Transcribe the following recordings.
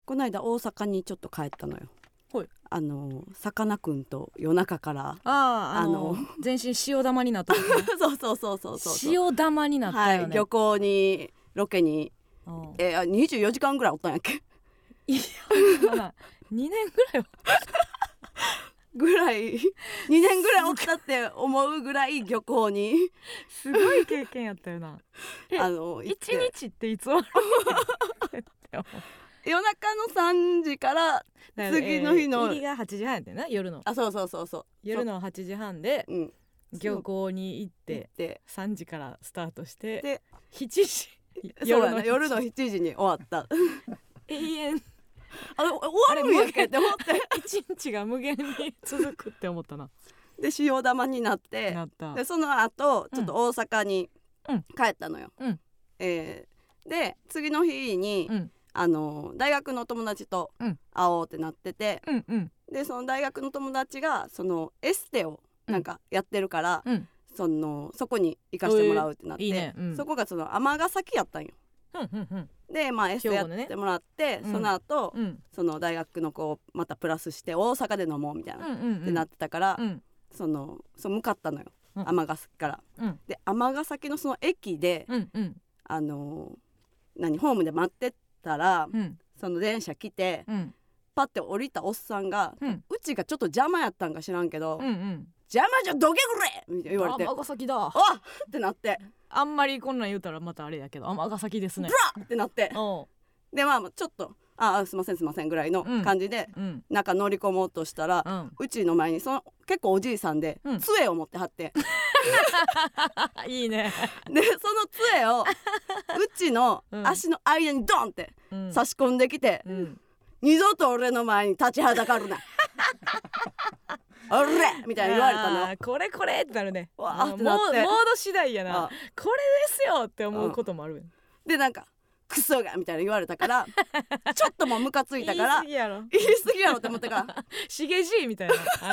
この間大阪にちょっと帰ったのよ。 はい。 さかなクンと夜中から全身塩玉になったそう塩玉になったよね、 はい、漁港にロケに24時間ぐらいおったんやっけ。 いや2年ぐらいは 2年ぐらいおったって思うぐらい漁港にすごい経験やったよな。1日っていつ終わる夜中の3時から次の日の入りが8時半やったよな、夜の。 そう夜の8時半で漁港に行って3時からスタートしてで 7時夜の7時に終わった永遠終わるんやっけって思って一日が無限に続くって思ったな。 で塩玉になってでその後ちょっと大阪に帰ったのよ、で次の日に、大学の友達と会おうってなってて、でその大学の友達がそのエステをなんかやってるから、そこに行かしてもらうってなって、 いいね、 そこがその尼崎やったんよ。でエステやってもらって、その後、その大学の子をまたプラスして大阪で飲もうみたいな、ってなってたから、そう向かったのよ、尼崎から、で尼崎のその駅で、ホームで待ってたら、その電車来て、パッて降りたおっさんが、うちがちょっと邪魔やったんか知らんけど、邪魔じゃどけくれみたいな言われて、 尼崎だあっってなって、あんまりこんなん言うたらまたあれやけど尼崎ですねブラッってなって、でちょっとすいませんぐらいの感じで、中乗り込もうとしたら、うちの前に結構おじいさんで、杖を持ってはっていいね。 でその杖をうちの足の間にドンって差し込んできて、二度と俺の前に立ちはだかるなおれみたいに言われたの。 これってなるね。 わーってなって、 モード次第やな。これですよって思うこともある。 でなんかクソがみたいな言われたからちょっともうムカついたから言い過ぎやろって思ったからしげじいみたいな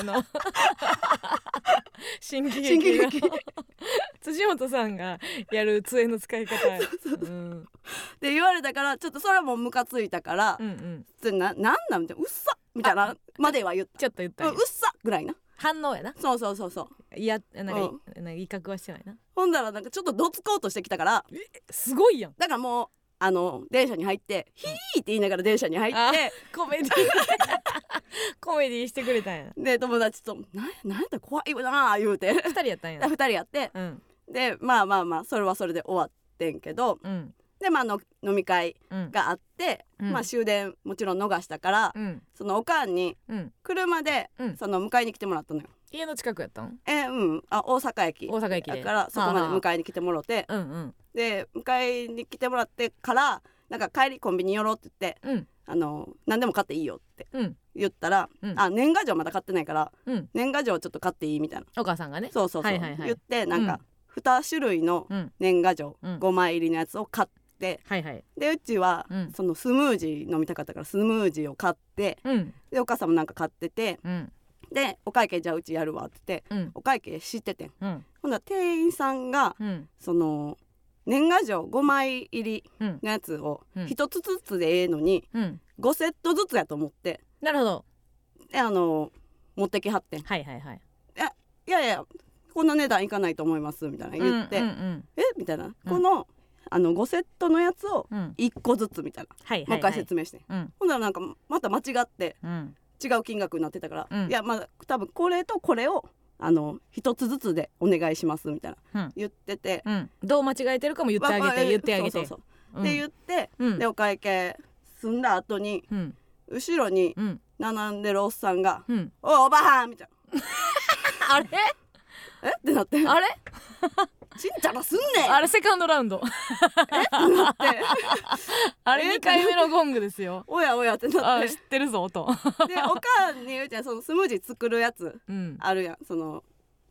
新喜劇の辻本さんがやる杖の使い方で言われたから、ちょっとそれはもうムカついたから、なんなんみたいな、うっさみたいなまではちょっと言ったうっさぐらいな反応やな。 そういやなんか威嚇はしてないな。 ほんだらなんかちょっとどつこうとしてきたから、 すごいやん。 だからもう電車に入ってヒーって言いながら電車に入ってコメディしてくれたんや。 で友達となんやったら怖いわな言うて 2人やったんや。 2人やって、でまあそれはそれで終わってんけど、で飲み会があって、終電もちろん逃したから、そのおかんに車でその迎えに来てもらったのよ。 家の近くやったん？ 大阪駅だからそこまで迎えに来てもらって、で迎えに来てもらってからなんか帰りコンビニ寄ろうって言って、何でも買っていいよって言ったら、年賀状まだ買ってないから、年賀状ちょっと買っていいみたいな、 お母さんがね、 そう言って、なんか2種類の年賀状5枚入りのやつを買って、でうちはそのスムージー飲みたかったからスムージーを買って、でお母さんもなんか買ってて、でお会計じゃあうちやるわって言って、お会計してて、ほんなら店員さんが、その年賀状5枚入りのやつを1つずつでええのに、5セットずつやと思って、 なるほど。 で持ってきはってん。いやこんな値段いかないと思いますみたいな言って、みたいな、この5セットのやつを1個ずつみたいな、もう一回説明して、ほんならなんかまた間違って違う金額になってたから、いや多分これとこれを一つずつでお願いしますみたいな、言ってて、 どう間違えてるかも言ってあげて、 で言って、でお会計済んだ後に、後ろに並んでるおっさんが「おばはん!」みたいなあれってなって、 あれちんちゃらすんねん、 あれセカンドラウンドってなってあれ2回目のゴングですよおやってなって、 知ってるぞとでおかんに言うて、そのスムージー作るやつあるやん、その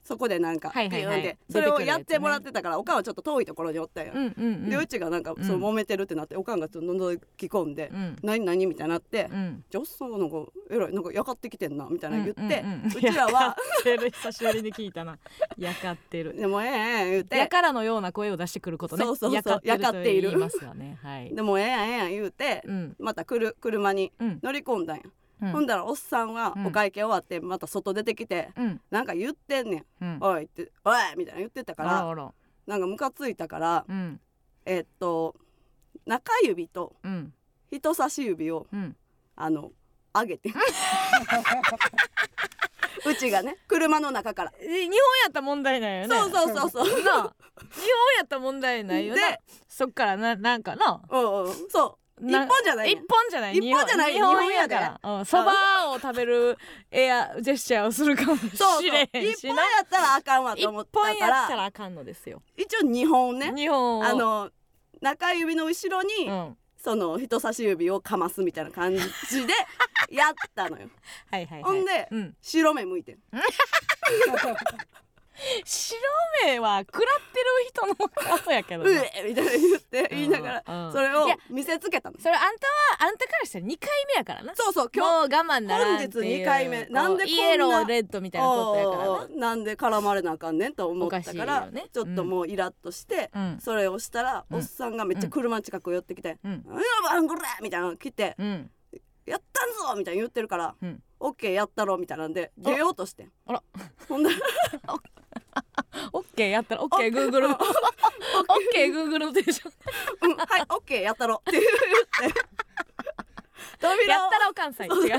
そこでなんかビューンってそれをやってもらってたから、おかんはちょっと遠いところにおったんよ、でうちがなんかそう揉めてるってなって、おかんがちょっと覗き込んで何々みたいになって、じゃあおっさんがなんかえらいなんかやかってきてんなみたいな言って、うちらは久しぶりに聞いたなやかってるでも言うてやからのような声を出してくることね、 そうやかっていると言いますよね、はい、でも言うて、また車に乗り込んだんや、ほんだらおっさんはお会計終わってまた外出てきて、なんか言ってんねん、おいっておいみたいな言ってたから、なんかムカついたから、中指と人差し指を、上げてうちがね車の中から日本やった問題ないよね。 そうな日本やった問題ないよね。でそっからなんかな、 そう一本じゃない日本やからそばを食べるエアジェスチャーをするかもしれへんしな。 一本やったらあかんわと思ったから、 一本やったらあかんのですよ。 一応2本ね、 2本中指の後ろに、その人差し指をかますみたいな感じでやったのよほんで、白目向いてん白目は食らってる人の顔やけどみたいな言いながら、それを見せつけたの。 それあんたからしたら2回目やからな。 そう今日もう我慢ならんっていう、 本日2回目なんでこんなイエローレッドみたいなことやからな。 なんで絡まれなあかんねんと思ったから、ちょっともうイラッとして、それをしたら、おっさんがめっちゃ車近く寄ってきて「バングレ!」みたいなの来て「やったんぞ!」みたいな言ってるから「オッケーやったろ」みたいなんで出ようとしてん。ほんだらオッケーやったらオッケーグーグルオッケーグーグルのテンションはいオッケーやったろって言って扉やったらおかんさん違う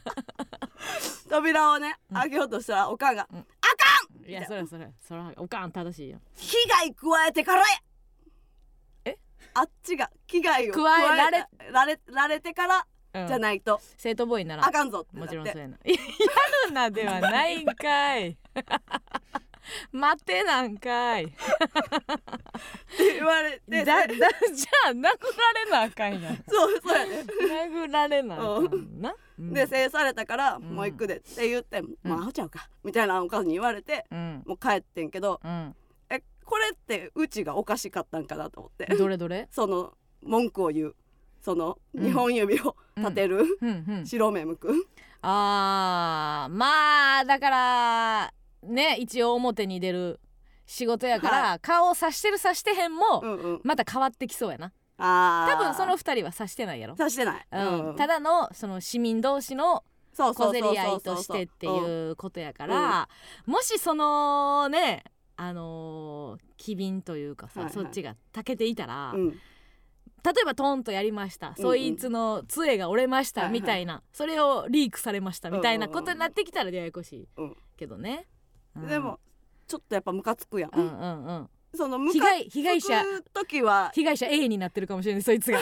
扉をね開けようとしたらおかんが「あかん!」 いやそれおかん正しいよ。 危害加えてからやあっちが危害を加えられてからじゃないと生徒ボーイならあかんぞってもちろんそうやなやるなではないんかい待てなんかいって言われてじゃあ殴られなあかんやんそうやね殴られなあかんな、 で制されたからもう行くでって言ってもうアホちゃうかみたいなお母さんに言われてもう帰ってんけど、これってうちがおかしかったんかなと思って。 どれその文句を言うその2本指を立てる、白目向くまあだからね一応表に出る仕事やから、顔をさしてるさしてへんも、また変わってきそうやな。多分その2人はさしてないやろ。 さしてない、 ただのその市民同士の小競り合いとしてっていうことやから、もしそのね機敏というかさ、そっちがたけていたら、例えばトンとやりました、そいつの杖が折れましたみたいな、それをリークされましたみたいなことになってきたらややこしいけどね、 でもちょっとやっぱムカつくやん、そのムカ被害者時は被害者 A になってるかもしれないそいつが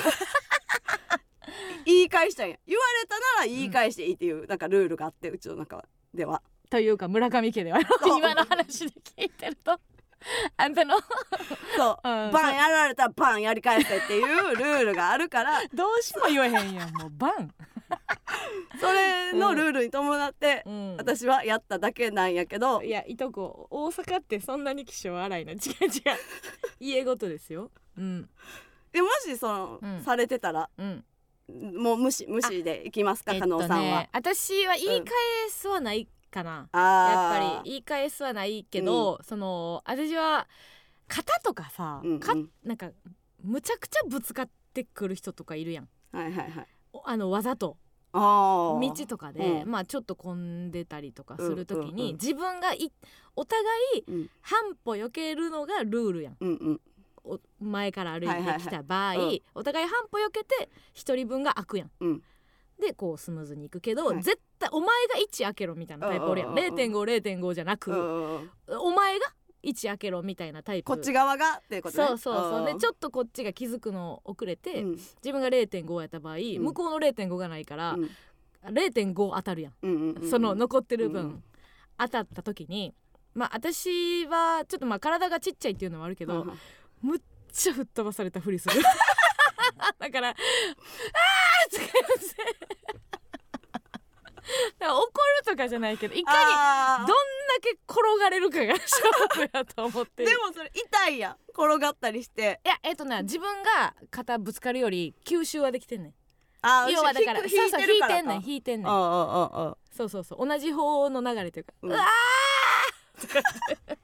言い返したんや。言われたなら言い返していいっていうなんかルールがあって、うちの中ではというか村上家では今の話で聞いてるとあんたのそう、バンやられたらバンやり返せっていうルールがあるからどうしも言えへんやんもうバンそれのルールに伴って、私はやっただけなんやけど、 いやいとこ大阪ってそんなに気性荒いな違う家ごとですよ、 でもしその、されてたら、もう無視でいきますか、加納さんは。 私は言い返すはないかな、やっぱり言い返すはないけど、その私は肩とかさ、なんかむちゃくちゃぶつかってくる人とかいるやん、わざと道とかで、ちょっと混んでたりとかするときに、自分がお互い半歩避けるのがルールやん、前から歩いてきた場合、お互い半歩避けて1人分が開くやん、でこうスムーズにいくけど、絶対お前が1開けろみたいなタイプおるやん、0.5じゃなく、お前が1開けろみたいなタイプ、 こっち側がってことね。 そうでちょっとこっちが気づくの遅れて、自分が 0.5 やった場合、向こうの 0.5 がないから、0.5 当たるやん、その残ってる分、当たった時に私はちょっと体がちっちゃいっていうのもあるけど、むっちゃ吹っ飛ばされたふりするだからって言って怒るとかじゃないけど、いかにどんなけ転がれるかが勝負やと思ってる。 でもそれ痛いやん、転がったりして。 いや自分が肩ぶつかるより吸収はできてんねん。要はだから引いてるからか。 引いてんねん。そう同じ方の流れというか、うわーとかって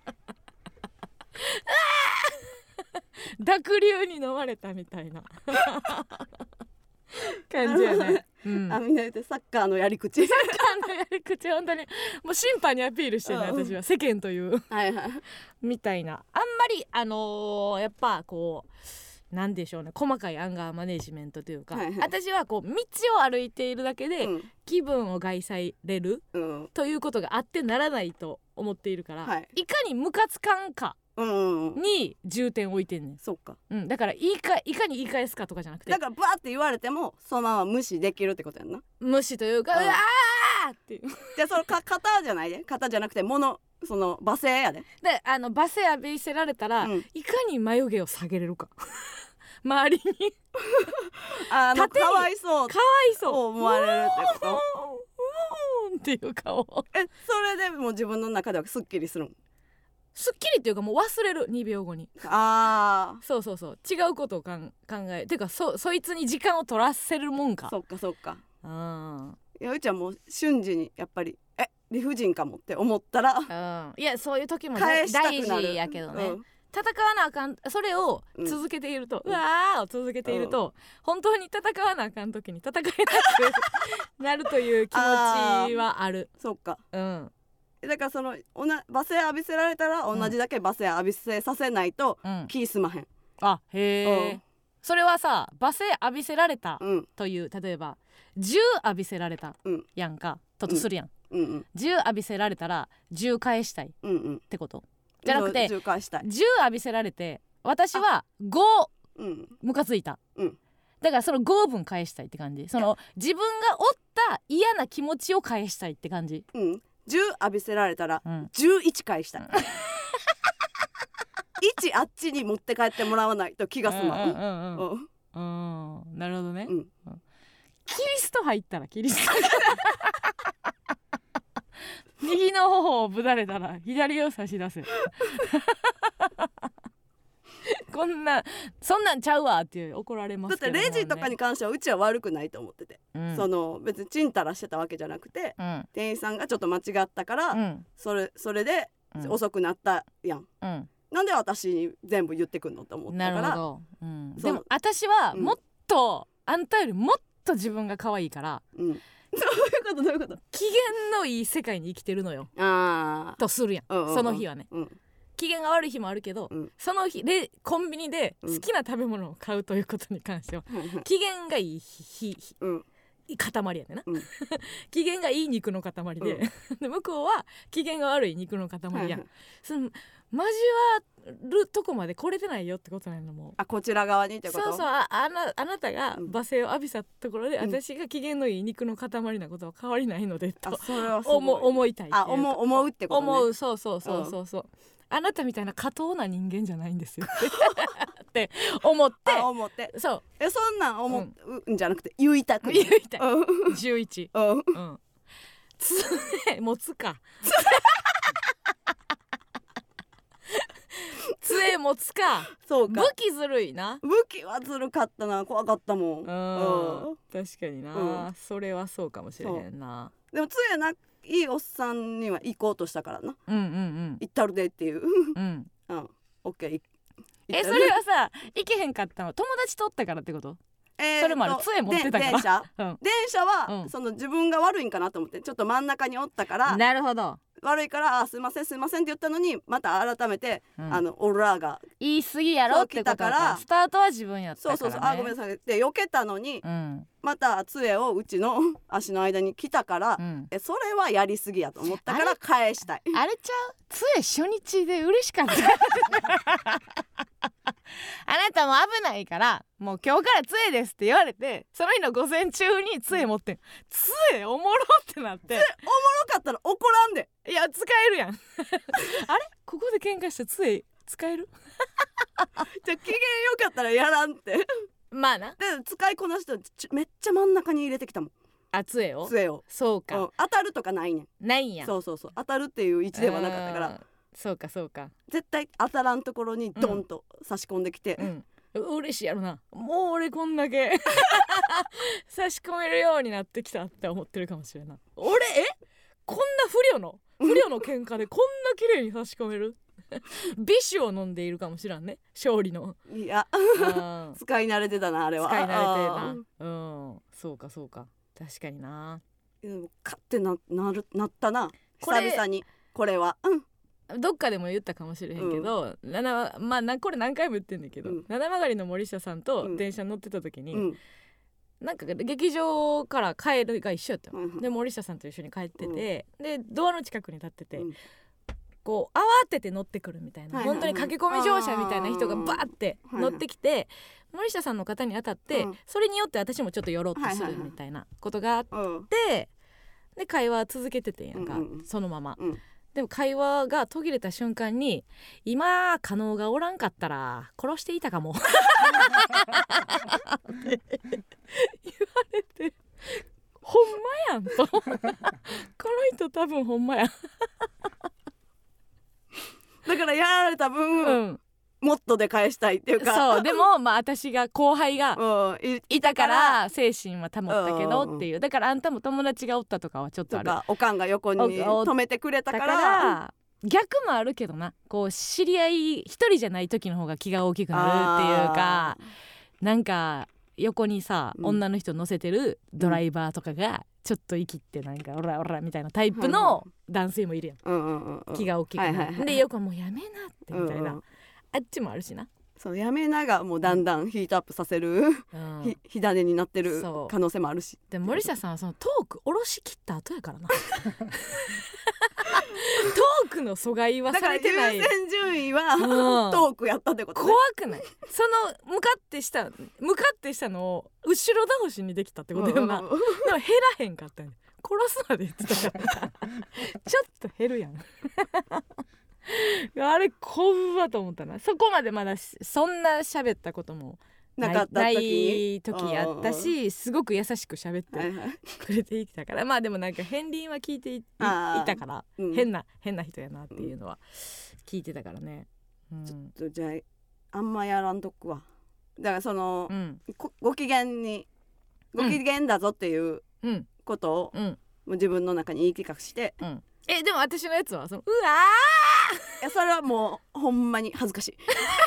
濁流に飲まれたみたいな感じやね。 みんな言ってサッカーのやり口本当にもう審判にアピールしてね、私は世間というみたいな。あんまりやっぱこうなんでしょうね、細かいアンガーマネジメントというか、私はこう道を歩いているだけで気分を害される、ということがあってならないと思っているから、いかにムカつかんかに重点を置いてんねん。 そうか、 だからいかに言い返すかとかじゃなくて、 だからバーって言われてもそのまま無視できるってことやんな。 無視というか、うわーっていうじゃあその肩じゃないで、肩じゃなくてその罵声やで。 で罵声浴びせられたら、いかに眉毛を下げれるか周りにかわいそう思われるってことっていう顔。 それでもう自分の中ではすっきりするん？ すっきりっていうかもう忘れる、2秒後に。そう違うことを考えてか、そいつに時間を取らせるもんか。 そっか。いやうちはもう瞬時にやっぱり理不尽かもって思ったら、 いやそういう時も大事やけどね、戦わなあかん、それを続けていると、うわーを続けていると、本当に戦わなあかん時に戦えなくなるという気持ちはある。 そっか。だからその罵声浴びせられたら同じだけ罵声浴びせさせないと気済まへん。 それはさ、罵声浴びせられたという、例えば銃浴びせられたやんかとするやん、銃浴びせられたら銃返したいってこと、じゃなくて銃浴びせられて私は5ムカついた、だからその5分返したいって感じ。その自分が負った嫌な気持ちを返したいって感じ。 10浴びせられたら11返したい、1あっちに持って帰ってもらわないと気が済まん。 なるほどね、キリスト入ったらキリスト右の頬をぶだれたら左を差し出せそんなんちゃうわって怒られますけど、ね、 だってレジとかに関してはうちは悪くないと思ってて、その別にチンタラしてたわけじゃなくて、店員さんがちょっと間違ったから、それで遅くなったやん、なんで私に全部言ってくんのって思ったから。なるほど、でも私はもっと、あんたよりもっと自分が可愛いから、 どういうこと機嫌のいい世界に生きてるのよとするやん、その日はね、機嫌が悪い日もあるけど、その日でコンビニで好きな食べ物を買うということに関しては、機嫌がいい塊やねんな、機嫌がいい肉の塊で、で向こうは機嫌が悪い肉の塊やん、その交わるとこまで来れてないよってことなのもこちら側にってこと。 あなたが罵声を浴びたところで、私が機嫌のいい肉の塊なことは変わりないのでと思いたいっていう思うってことね。 思う、そうあなたみたいな過当な人間じゃないんですよって思ってそうそんなん思うんじゃなくて言いたい 11持つか杖持つか。そうか、武器ずるいな。 武器はずるかったな、怖かったもん。 確かにな、それはそうかもしれへんな。 でも杖ないいおっさんには行こうとしたからな、行ったるでっていうオッケー。 それはさ、行けへんかったの友達とったからってこと？それもある、杖持ってたから。 電車はその自分が悪いんかなと思って、ちょっと真ん中におったから。 なるほど。 悪いからすいませんって言ったのに、また改めて、オラが言い過ぎやろってことか。スタートは自分やったからね。 そうごめんなさいって避けたのに、また杖をうちの足の間に来たから、それはやりすぎやと思ったから返したい。 あれちゃう、杖初日で嬉しかったあなたも危ないからもう今日から杖ですって言われて、その日の午前中に杖持ってん、杖おもろってなって。 杖おもろかったら怒らんで。 いや使えるやんあれここで喧嘩した杖使えるじゃあ機嫌よかったらやらんってまあな。 で使いこなしたらめっちゃ真ん中に入れてきたもん。 杖をそうか、 当たるとかないねん。 ないんや。 そう当たるっていう位置ではなかったから、 そうか絶対当たらんところにドンと差し込んできて、 嬉しいやろな。もう俺こんだけ差し込めるようになってきたって思ってるかもしれない。俺こんな不慮の喧嘩でこんな綺麗に差し込める美酒を飲んでいるかもしらんね、勝利の。 いや使い慣れてたな、あれは。 使い慣れてな。そうか確かにな。 カッてなったな、久々に。これはどっかでも言ったかもしれへんけど、これ何回も言ってんだけど、七曲りの森下さんと電車乗ってた時に、なんか劇場から帰るが一緒やったの、で森下さんと一緒に帰ってて、でドアの近くに立ってて、こう慌てて乗ってくるみたいな、本当に駆け込み乗車みたいな人がバーって乗ってきて、森下さんの肩に当たって、それによって私もちょっと寄ろうとするみたいなことがあって、で会話続けててんやんか、そのまま。でも会話が途切れた瞬間に、今加納がおらんかったら殺していたかもって言われて、ほんまやんとこの人多分ほんまやだからやられた分、もっとで返したいっていうか、 そうでも私が後輩がいたから精神は保ったけどっていう、だからあんたも友達がおったとかはちょっとある、 おかんが横に止めてくれたから逆もあるけどな、こう知り合い一人じゃない時の方が気が大きくなるっていうか、なんか横にさ、女の人乗せてるドライバーとかがちょっと生きってなんかオラオラみたいなタイプの男性もいるやん、気が大きくなる、で横もうやめなってみたいな、あっちもあるしな。 そうやめながもうだんだんヒートアップさせる、火種になってる可能性もあるし。 で森下さんはそのトーク下ろし切った後やからなトークの阻害はされてない。 だから優先順位は、トークやったってことね。 怖くない？その向かってしたのを後ろ倒しにできたってことよな、でも減らへんかったんで、殺すまで言ってたからちょっと減るやんあれ怖わと思ったな。そこまでまだそんな喋ったこともない時やったし、すごく優しく喋ってくれていたから、まあでもなんか片鱗は聞いていたから、変な人やなっていうのは聞いてたからね、 ちょっとじゃああんまやらんとくわ。だからその、ご機嫌だぞっていうことを、もう自分の中に言い聞かして、 でも私のやつはそのいやそれはもうほんまに恥ずかしい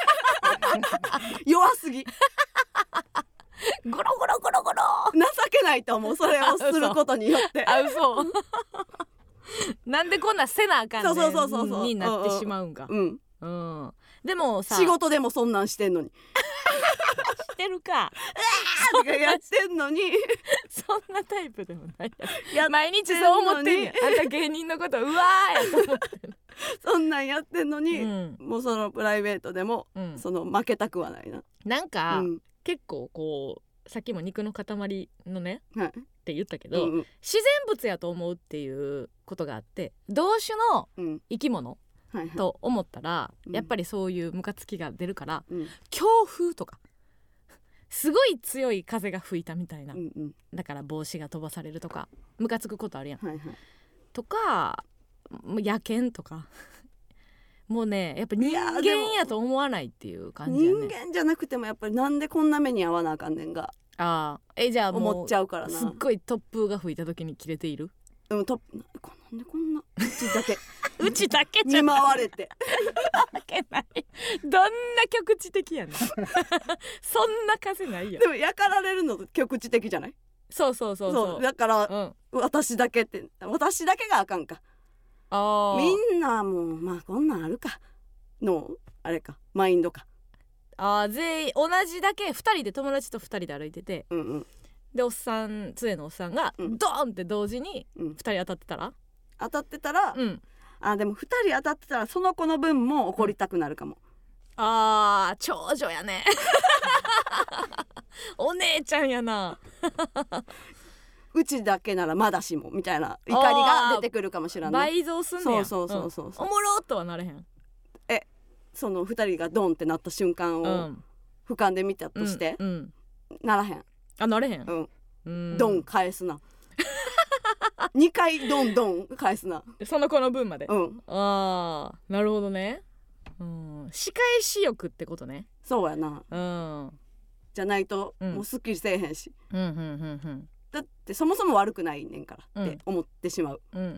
弱すぎゴロゴロ情けないと思う、それをすることによって嘘なんでこんなせなあかんねんになってしまうんか。でもさ、 仕事でもそんなんしてんのにしてるかやってんのにそんなタイプでもないや毎日そう思ってんねん、あんた芸人のことうわーやと思ってそんなんやってんのに、もうそのプライベートでも、その負けたくはないな。 なんか、結構こうさっきも肉の塊のね、って言ったけど、自然物やと思うっていうことがあって、同種の生き物、と思ったら、やっぱりそういうムカつきが出るから、強風とかすごい強い風が吹いたみたいな、だから帽子が飛ばされるとかムカつくことあるやん、とか野犬とかもうねやっぱ人間やと思わないっていう感じやね。 人間じゃなくてもやっぱりなんでこんな目に遭わなあかんねんがじゃあもう思っちゃうからな。 すっごい突風が吹いた時に切れている。 でもなんでこんなうちだけうちだけじゃ見舞われてわけない。どんな局地的やねんそんな風ないよ。 でもやかられるの局地的じゃない？ そうだから、私だけがあかんか。みんなもうまあこんなんあるかのあれかマインドか。 全員同じだけ2人で友達と2人で歩いてて、で杖のおっさんがドーンって同時に2人当たってたら、でも2人当たってたらその子の分も怒りたくなるかも。長女やねお姉ちゃんやなうちだけならまだしもみたいな怒りが出てくるかもしれない。 倍増すんねや。 そうおもろっとはなれへん。 その2人がドンってなった瞬間を俯瞰で見たとして、ならへん。 なれへん。 ドン返すな 2回どんどん返すな、 その子の分まで。 うん、 ああなるほどね、うん、仕返し欲ってことね。 そうやな、 うん、 じゃないともうすっきりせえへんし、 うんうんうんうん、 だってそもそも悪くないねんからって思ってしまう、 うんうんうん、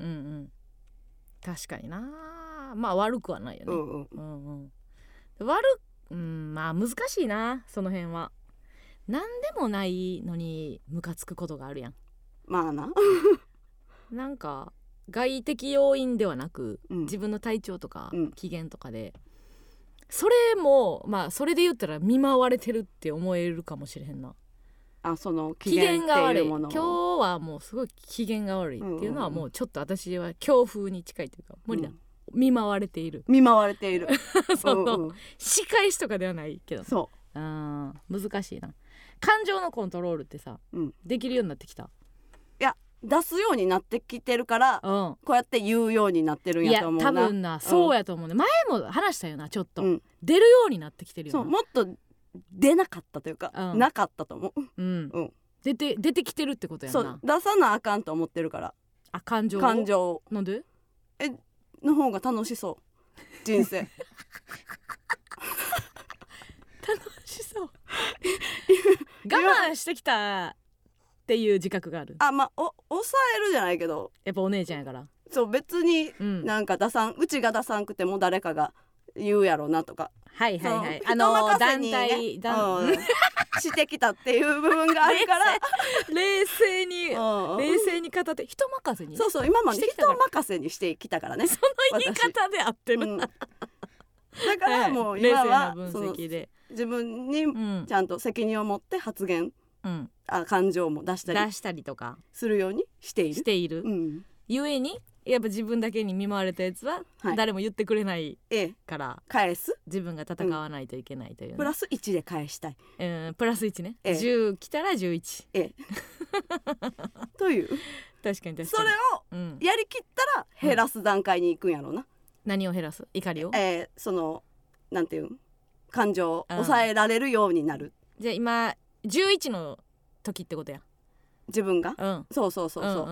確かにな。まあ悪くはないよね、 うんうんうんうん、まあ難しいなその辺は。なんでもないのにムカつくことがあるやん。 まあななんか外的要因ではなく、 うん、 自分の体調とか、機嫌とかでそれもまあそれで言ったら見舞われてるって思えるかもしれへんな。 あ、その機嫌が悪い、今日はもうすごい機嫌が悪いっていうのはもうちょっと私は強風に近いというか無理だ、見舞われているその、仕返しとかではないけど、 そう難しいな。感情のコントロールってさ、できるようになってきた？ いや出すようになってきてるから、こうやって言うようになってるんやと思うな。 いや多分な、そうやと思うね。前も話したよな、ちょっと、出るようになってきてるよな。 そう、もっと出なかったというか、なかったと思う、出てきてるってことやな。そう出さなあかんと思ってるから。あ、感情なんでの方が楽しそう人生楽しそう我慢してきたっていう自覚がある。 あ、まあ抑えるじゃないけど、 やっぱお姉ちゃんやから。 そう、別になんかうちが出さんくても誰かが言うやろなとか、 はいはいはい、団体してきたっていう部分があるから冷静に語って人任せに、 そうそう、今まで人任せにしてきたからねその言い方で合ってる、 だからもう今はその自分にちゃんと責任を持って発言、感情も出したりとかするようにしている、 ゆえにやっぱ自分だけに見舞われたやつは誰も言ってくれないから、 返す、 自分が戦わないといけないという、 プラス1で返したい、 プラス1ね、10来たら11、 という確かにそれをやりきったら減らす段階に行くんやろうな、 何を減らす？怒りを、 そのなんていう感情を抑えられるようになる、 じゃあ今11の時ってことや、 自分が、そうそうそうそう、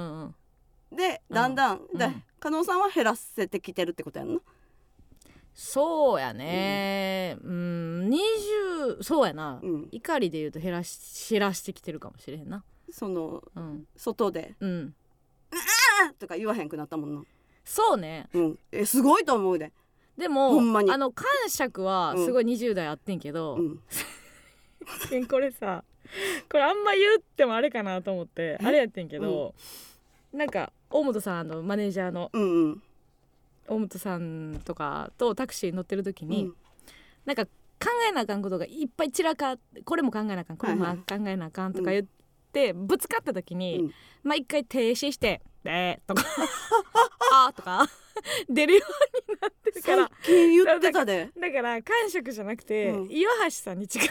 でだんだん、加納さんは減らせてきてるってことやんな。 そうやね、20そうやな、怒りで言うと減らしてきてるかもしれへんな。 その、外で「あー!」とか言わへんくなったもんな。 そうね、 すごいと思うで。 でもほんまに感触はすごい20代あってんけど、これさ、これあんま言ってもあれかなと思ってあれやってんけど、なんか大本さんマネージャーの大本さんとかとタクシーに乗ってる時に、なんか考えなあかんことがいっぱい散らかって、これも考えなあかんこれも考えなあかんとか言ってぶつかった時に、まあ一回停止して「とか「あ」とか出るようになってるから、 最近言ってたで。 だから感触じゃなくて、岩橋さんに近づいて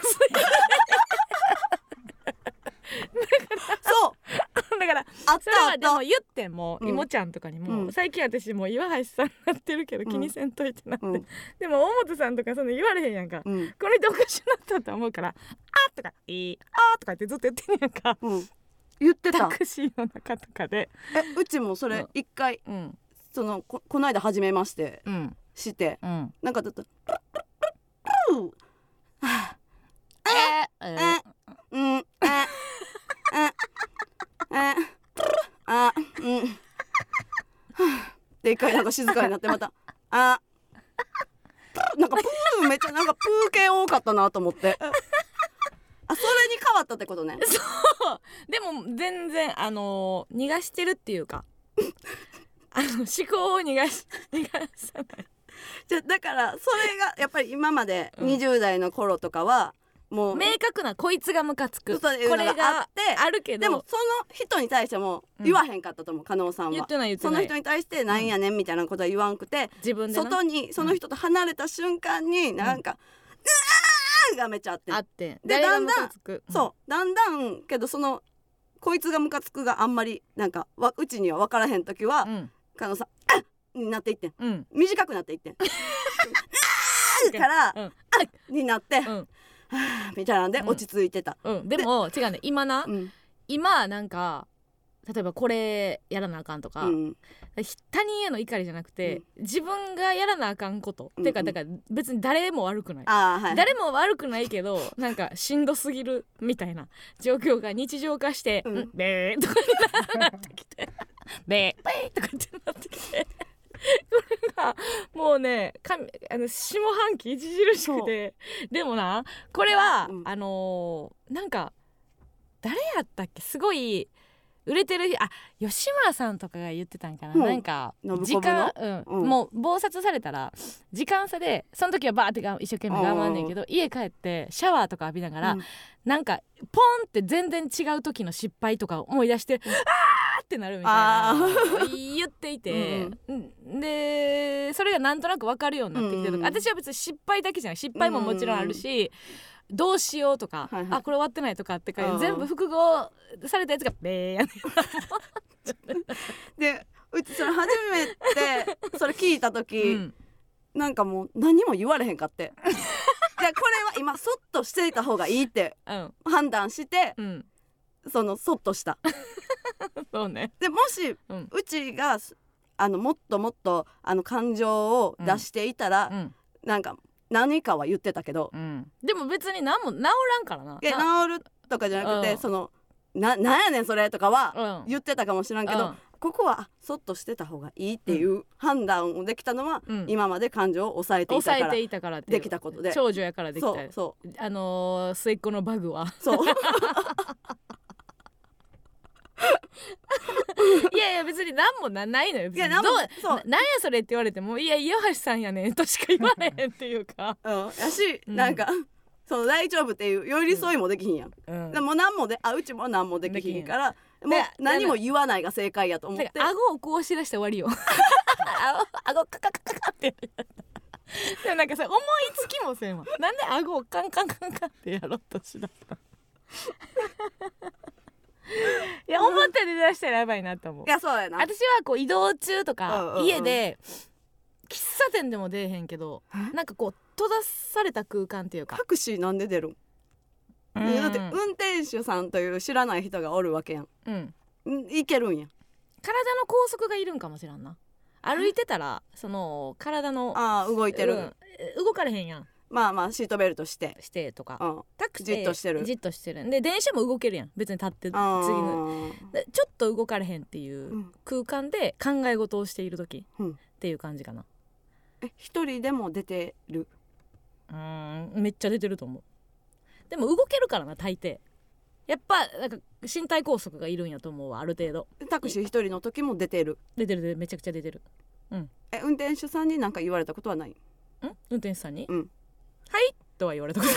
そうだからそれはでも言っても、いもちゃんとかにも、最近私もう岩橋さんになってるけど気にせんといてなって、でも大本さんとかそんな言われへんやんか、この人おかしなったと思うから「あ」とか「あ」とかってずっと言ってんやんか、 言ってた。 タクシーの中とかで。 うちもそれ一回、そのこの間初めましてして、なんかだったで一回なんか静かになってまたなんかプーめっちゃなんかプー系多かったなと思ってそれに変わったってことね。 そうでも全然逃がしてるっていうか思考を逃がさないじゃだからそれがやっぱり今まで20代の頃とかはもう明確なこいつがムカつくこれがあってあるけど、 でもその人に対しても言わへんかったと思う、加納さんは。 言ってないその人に対してなんやねんみたいなことは言わんくて、 自分で外にその人と離れた瞬間になんかがめちゃってでだんだんそうだんだんけどそのこいつがムカつくがあんまりなんかうちには分からへん時は、加納さんになっていってん、短くなっていってんから、になって、みたいなんで落ち着いてた、 でも違うね今な、今なんか例えばこれやらなあかんとか、他人への怒りじゃなくて、自分がやらなあかんこと、てかだから別に誰も悪くない、誰も悪くないけどなんかしんどすぎるみたいな状況が日常化して、ベーとかになってきてベーとかってなってきてこれがもうね下半期著しくて、でもなこれは、なんか誰やったっけ、すごい売れてる吉村さんとかが言ってたんかな、なんか時間、もう忙殺されたら時間差でその時はバーって一生懸命頑張んねんけど、家帰ってシャワーとか浴びながら、なんかポンって全然違う時の失敗とか思い出してあーってなるみたいな言っていて、でそれがなんとなく分かるようになってきてる、私は別に失敗だけじゃない、失敗ももちろんあるし、どうしようとか、これ終わってないとかって全部複合されたやつがベーやねんでうちそれ初めてそれ聞いた時、なんかもう何も言われへんかってでこれは今そっとしていた方がいいって判断して、そっとしたそうね。 でもし、うちがもっともっと感情を出していたら、なんか何かは言ってたけど、 でも別に何も治らんからな。 治るとかじゃなくて、なんやねんそれとかは言ってたかもしれんけど、ここはそっとしてた方がいいっていう判断をできたのは、今まで感情を抑えていたからできたことで、 長女やからできた。 そう末っ子のバグはそういやいや別に何もないのよ。別になんやそれって言われても、いや岩橋さんやねんとしか言われへんっていうかやし、なんか大丈夫っていう寄り添いもできひんやん、でも何もうちも何もできひんから、もう何も言わないが正解やと思って、 顎をこうしだして終わりよ顎カカカカカってでもなんかさ、思いつきもせんわ。なんで顎をカンカンカンカンってやろうとしだったいや思って出だしたらやばいなと思う。 いやそうやな。 私はこう移動中とか、家で喫茶店でも出えへんけど、なんかこう閉ざされた空間っていうか。 タクシーなんで出るん？だって運転手さんという知らない人がおるわけやん。いけるんや。 体の拘束がいるんかもしらんな。歩いてたら体の動いてる、 動かれへんやん。 まあシートベルトしてとか、 タクシーじっとしてるで電車も動けるやん、別に立って次のちょっと動かれへんっていう空間で考え事をしている時っていう感じかな。 一人でも出てる？ めっちゃ出てると思う。でも動けるからな、大抵やっぱなんか身体拘束がいるんやと思うわ、ある程度。 タクシー一人の時も出てる？ 出てる、めちゃくちゃ出てる。 運転手さんに何か言われたことはない？ 運転手さんに？はいとは言われたこと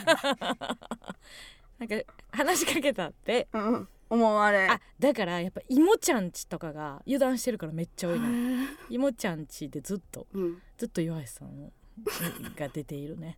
なんか話しかけたって、 思われ。 だからやっぱいもちゃんちとかが油断してるからめっちゃ多いの。いもちゃんちでずっと岩橋さんが出ているね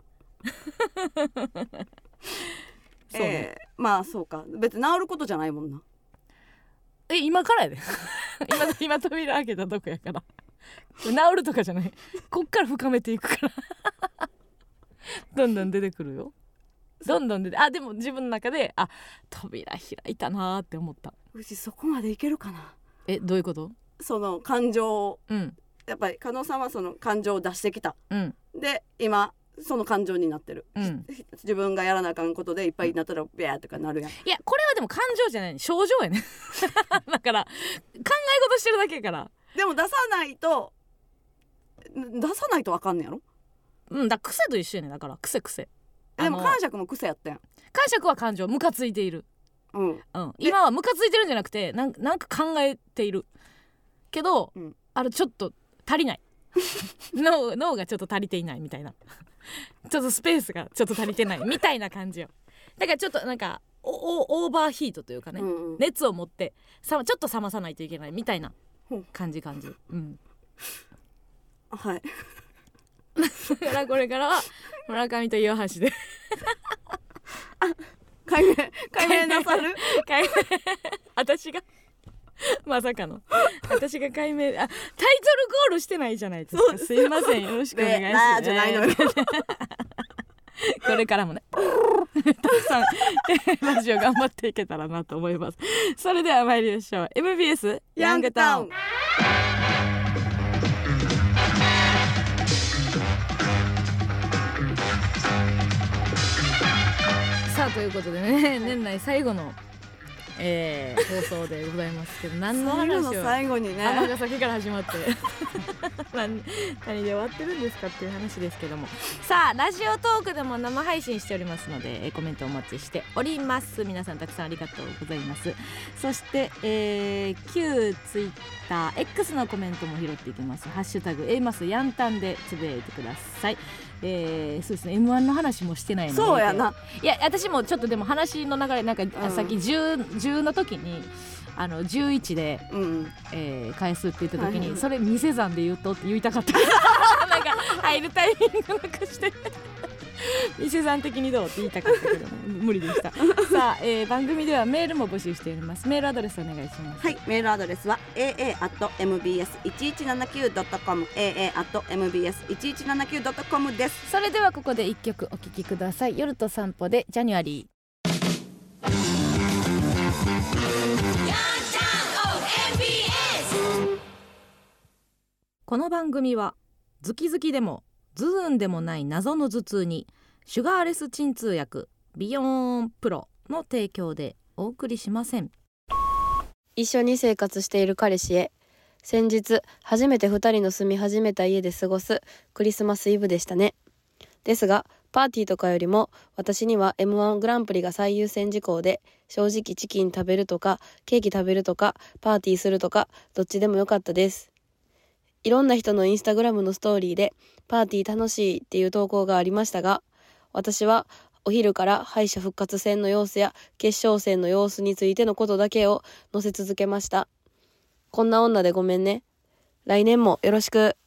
そうね。まあそうか、別に治ることじゃないもんな。 今からやで今扉開けたとこやから治るとかじゃない、こっから深めていくからどんどん出てくるよ。どんどん出て、でも自分の中で扉開いたなって思った。 うちそこまでいけるかな。 どういうこと？ その感情を、やっぱり加納さんはその感情を出してきた、で今その感情になってる、自分がやらなあかんことでいっぱいになったらビャーとかなるやん。 いやこれはでも感情じゃない、症状やねだから考え事してるだけやから。 でも出さないと分かんねやろ。 だ癖と一緒やね。だから癖でも感触も癖やったやん。 感触は感情、ムカついている、今はムカついてるんじゃなくてなんか考えているけど、ちょっと足りない脳がちょっと足りていないみたいなちょっとスペースがちょっと足りてないみたいな感じよ。だからちょっとなんかオーバーヒートというかね、熱を持ってちょっと冷まさないといけないみたいな感じ、 はいだからこれからは村上と岩橋で解明なさる私がまさかの私が解明タイトルゴールしてないじゃないですか。すいません、よろしくお願いします。 じゃないのよこれからもねねたくさんラジオ頑張っていけたらなと思います。それでは参りましょう。 MBS ヤングタウン。さあということでね、年内最後の放送でございますけど、何の話を最後にね尼崎から始まって何で終わってるんですかっていう話ですけども、さあラジオトークでも生配信しておりますので、コメントお待ちしております。皆さんたくさんありがとうございます。そして、旧ツイッター X のコメントも拾っていきます。ハッシュタグ A マスヤンタンでつぶやいてください。そうですね、 M1 の話もしてないので、 そうやな。 いや私もちょっとでも話の流れなんか、さっき 10の時に11で、返すって言った時に、それ店算で言うとって言いたかったなんか入るタイミングなくして店算的にどうって言いたかったけど、ね、無理でしたさあ、番組ではメールも募集しております。メールアドレスお願いします。 はい、メールアドレスは aa@mbs1179.com aa@mbs1179.com です。 それではここで1曲お聴きください。夜と散歩でジャニュアリー。この番組はズキズキでもズーンでもない謎の頭痛にシュガーレス鎮痛薬ビヨーンプロの提供でお送りしません。 一緒に生活している彼氏へ。先日初めて2人の住み始めた家で過ごすクリスマスイブでしたね。ですがパーティーとかよりも私には M1 グランプリが最優先事項で、正直チキン食べるとかケーキ食べるとかパーティーするとかどっちでもよかったです。いろんな人のインスタグラムのストーリーでパーティー楽しいっていう投稿がありましたが、私はお昼から敗者復活戦の様子や決勝戦の様子についてのことだけを載せ続けました。こんな女でごめんね。来年もよろしく。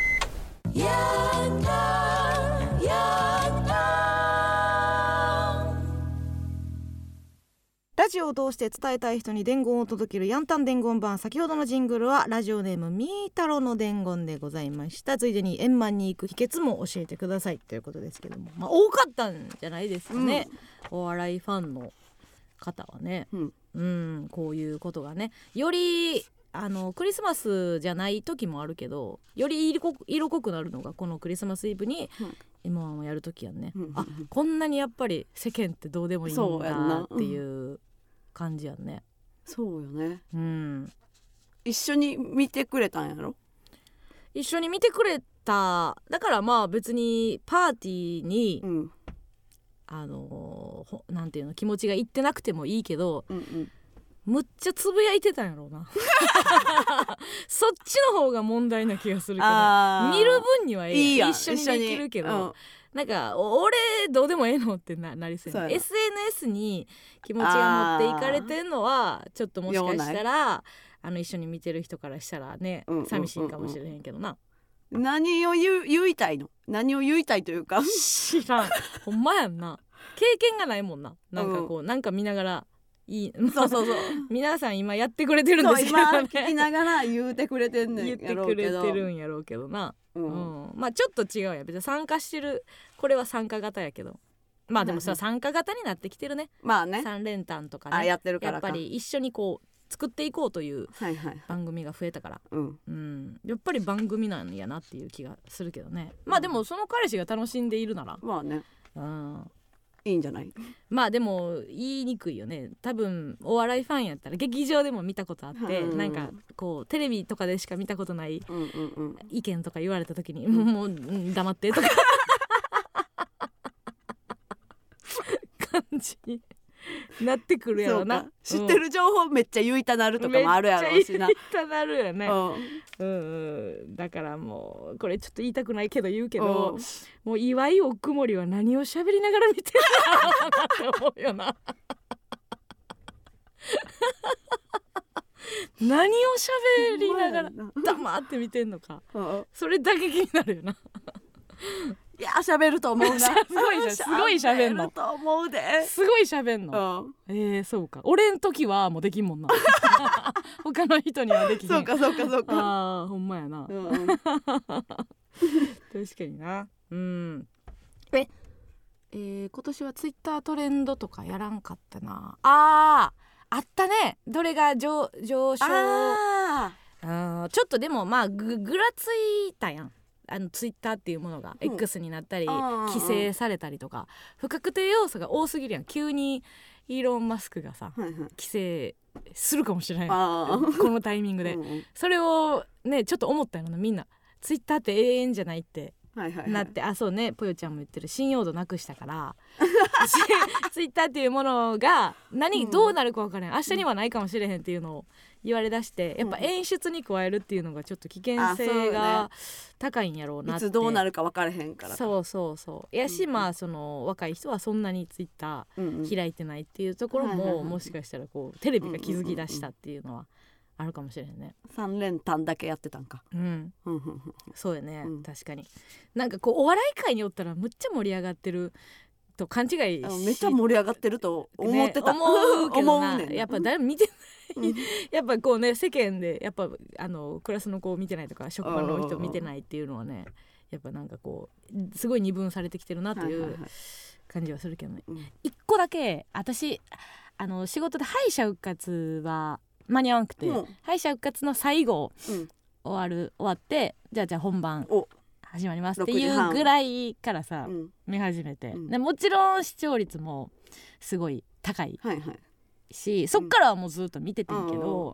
ラジオを通して伝えたい人に伝言を届けるヤンタン伝言版。先ほどのジングルはラジオネームみーたろの伝言でございました。ついでに円満に行く秘訣も教えてくださいということですけども、多かったんじゃないですかね、お笑いファンの方はね、こういうことがね、よりクリスマスじゃない時もあるけど、より色濃くなるのがこのクリスマスイブに M1 をやる時やんね、こんなにやっぱり世間ってどうでもいいんだっていう感じやんね。 そうよね、一緒に見てくれたんやろ。 一緒に見てくれた。だからまあ別にパーティーに、なんていうの、気持ちがいってなくてもいいけど、むっちゃつぶやいてたんやろうなそっちの方が問題な気がするけど、見る分には一緒にできるけど、なんか俺どうでもええのってなりそうや、SNS に気持ちが持っていかれてんのはちょっともしかしたら一緒に見てる人からしたらね、寂しいかもしれへんけどな。 何を言いたいの？何を言いたいというか知らんほんまやんな。経験がないもんな。なんかこう、なんか見ながらそう皆さん今やってくれてるんですけどね、 今聞きながら言うてくれてんねんやろうけど、 言ってくれてるんやろうけどな、まあちょっと違うや。別に参加してる、これは参加型やけど、まあでもさ、参加型になってきてるね。まあね、3連単とかね、 やってるからか。 やっぱり一緒にこう作っていこうという番組が増えたから、やっぱり番組なんやなっていう気がするけどね。まあでもその彼氏が楽しんでいるならまあね、いいんじゃない。 まあでも言いにくいよね。多分お笑いファンやったら劇場でも見たことあって、なんかこうテレビとかでしか見たことない意見とか言われた時に、もう黙ってとか感じになってくるやろな。 知ってる情報めっちゃ言いたなるとかもあるやろうしな。 めっちゃ言いたなるよね。だからもうこれちょっと言いたくないけど言うけど、もう岩井奥森は何を喋りながら見てるのかなって思うよな何を喋りながら黙って見てんのか、それだけ気になるよな。 いや喋ると思うな。すごい喋んの。 と思うで。 すごい喋んの。そうか。俺ん時はもうできんもんな。他の人にはできん。 そうか。 ああほんまやな。確かにな。 今年はツイッタートレンドとかやらんかったな。あったね。どれが上昇、ちょっとでもまあぐらついたやん、ツイッターっていうものが X になったり規制されたりとか不確定要素が多すぎるやん。急にイーロン・マスクがさ、規制するかもしれないこのタイミングでそれをねちょっと思ったよな。みんなツイッターって永遠じゃないってなって、そうね、ぽよちゃんも言ってる信用度なくしたからツイッターっていうものがどうなるか分からへん、明日にはないかもしれへんっていうのを言われだして、やっぱ演出に加えるっていうのがちょっと危険性が高いんやろうなって、 いつどうなるか分からへんから。 そうやし、まあその若い人はそんなにツイッター開いてないっていうところも、もしかしたらこうテレビが気づき出したっていうのはあるかもしれんね。 3連単だけやってたんか。 そうやね、確かに。なんかこうお笑い界におったらむっちゃ盛り上がってると勘違いめっちゃ盛り上がってると思ってた、 思うけどな、やっぱ誰も見てないやっぱこうね、世間でやっぱクラスの子を見てないとか職場の人見てないっていうのはね、やっぱなんかこうすごい二分されてきてるなという感じはするけどね。一個だけ私仕事で敗者復活は間に合わなくて、敗者復活の最後、終わってじゃあ本番始まりますっていうぐらいからさ、見始めて、でもちろん視聴率もすごい高いし、そっからはもうずっと見ててんけど、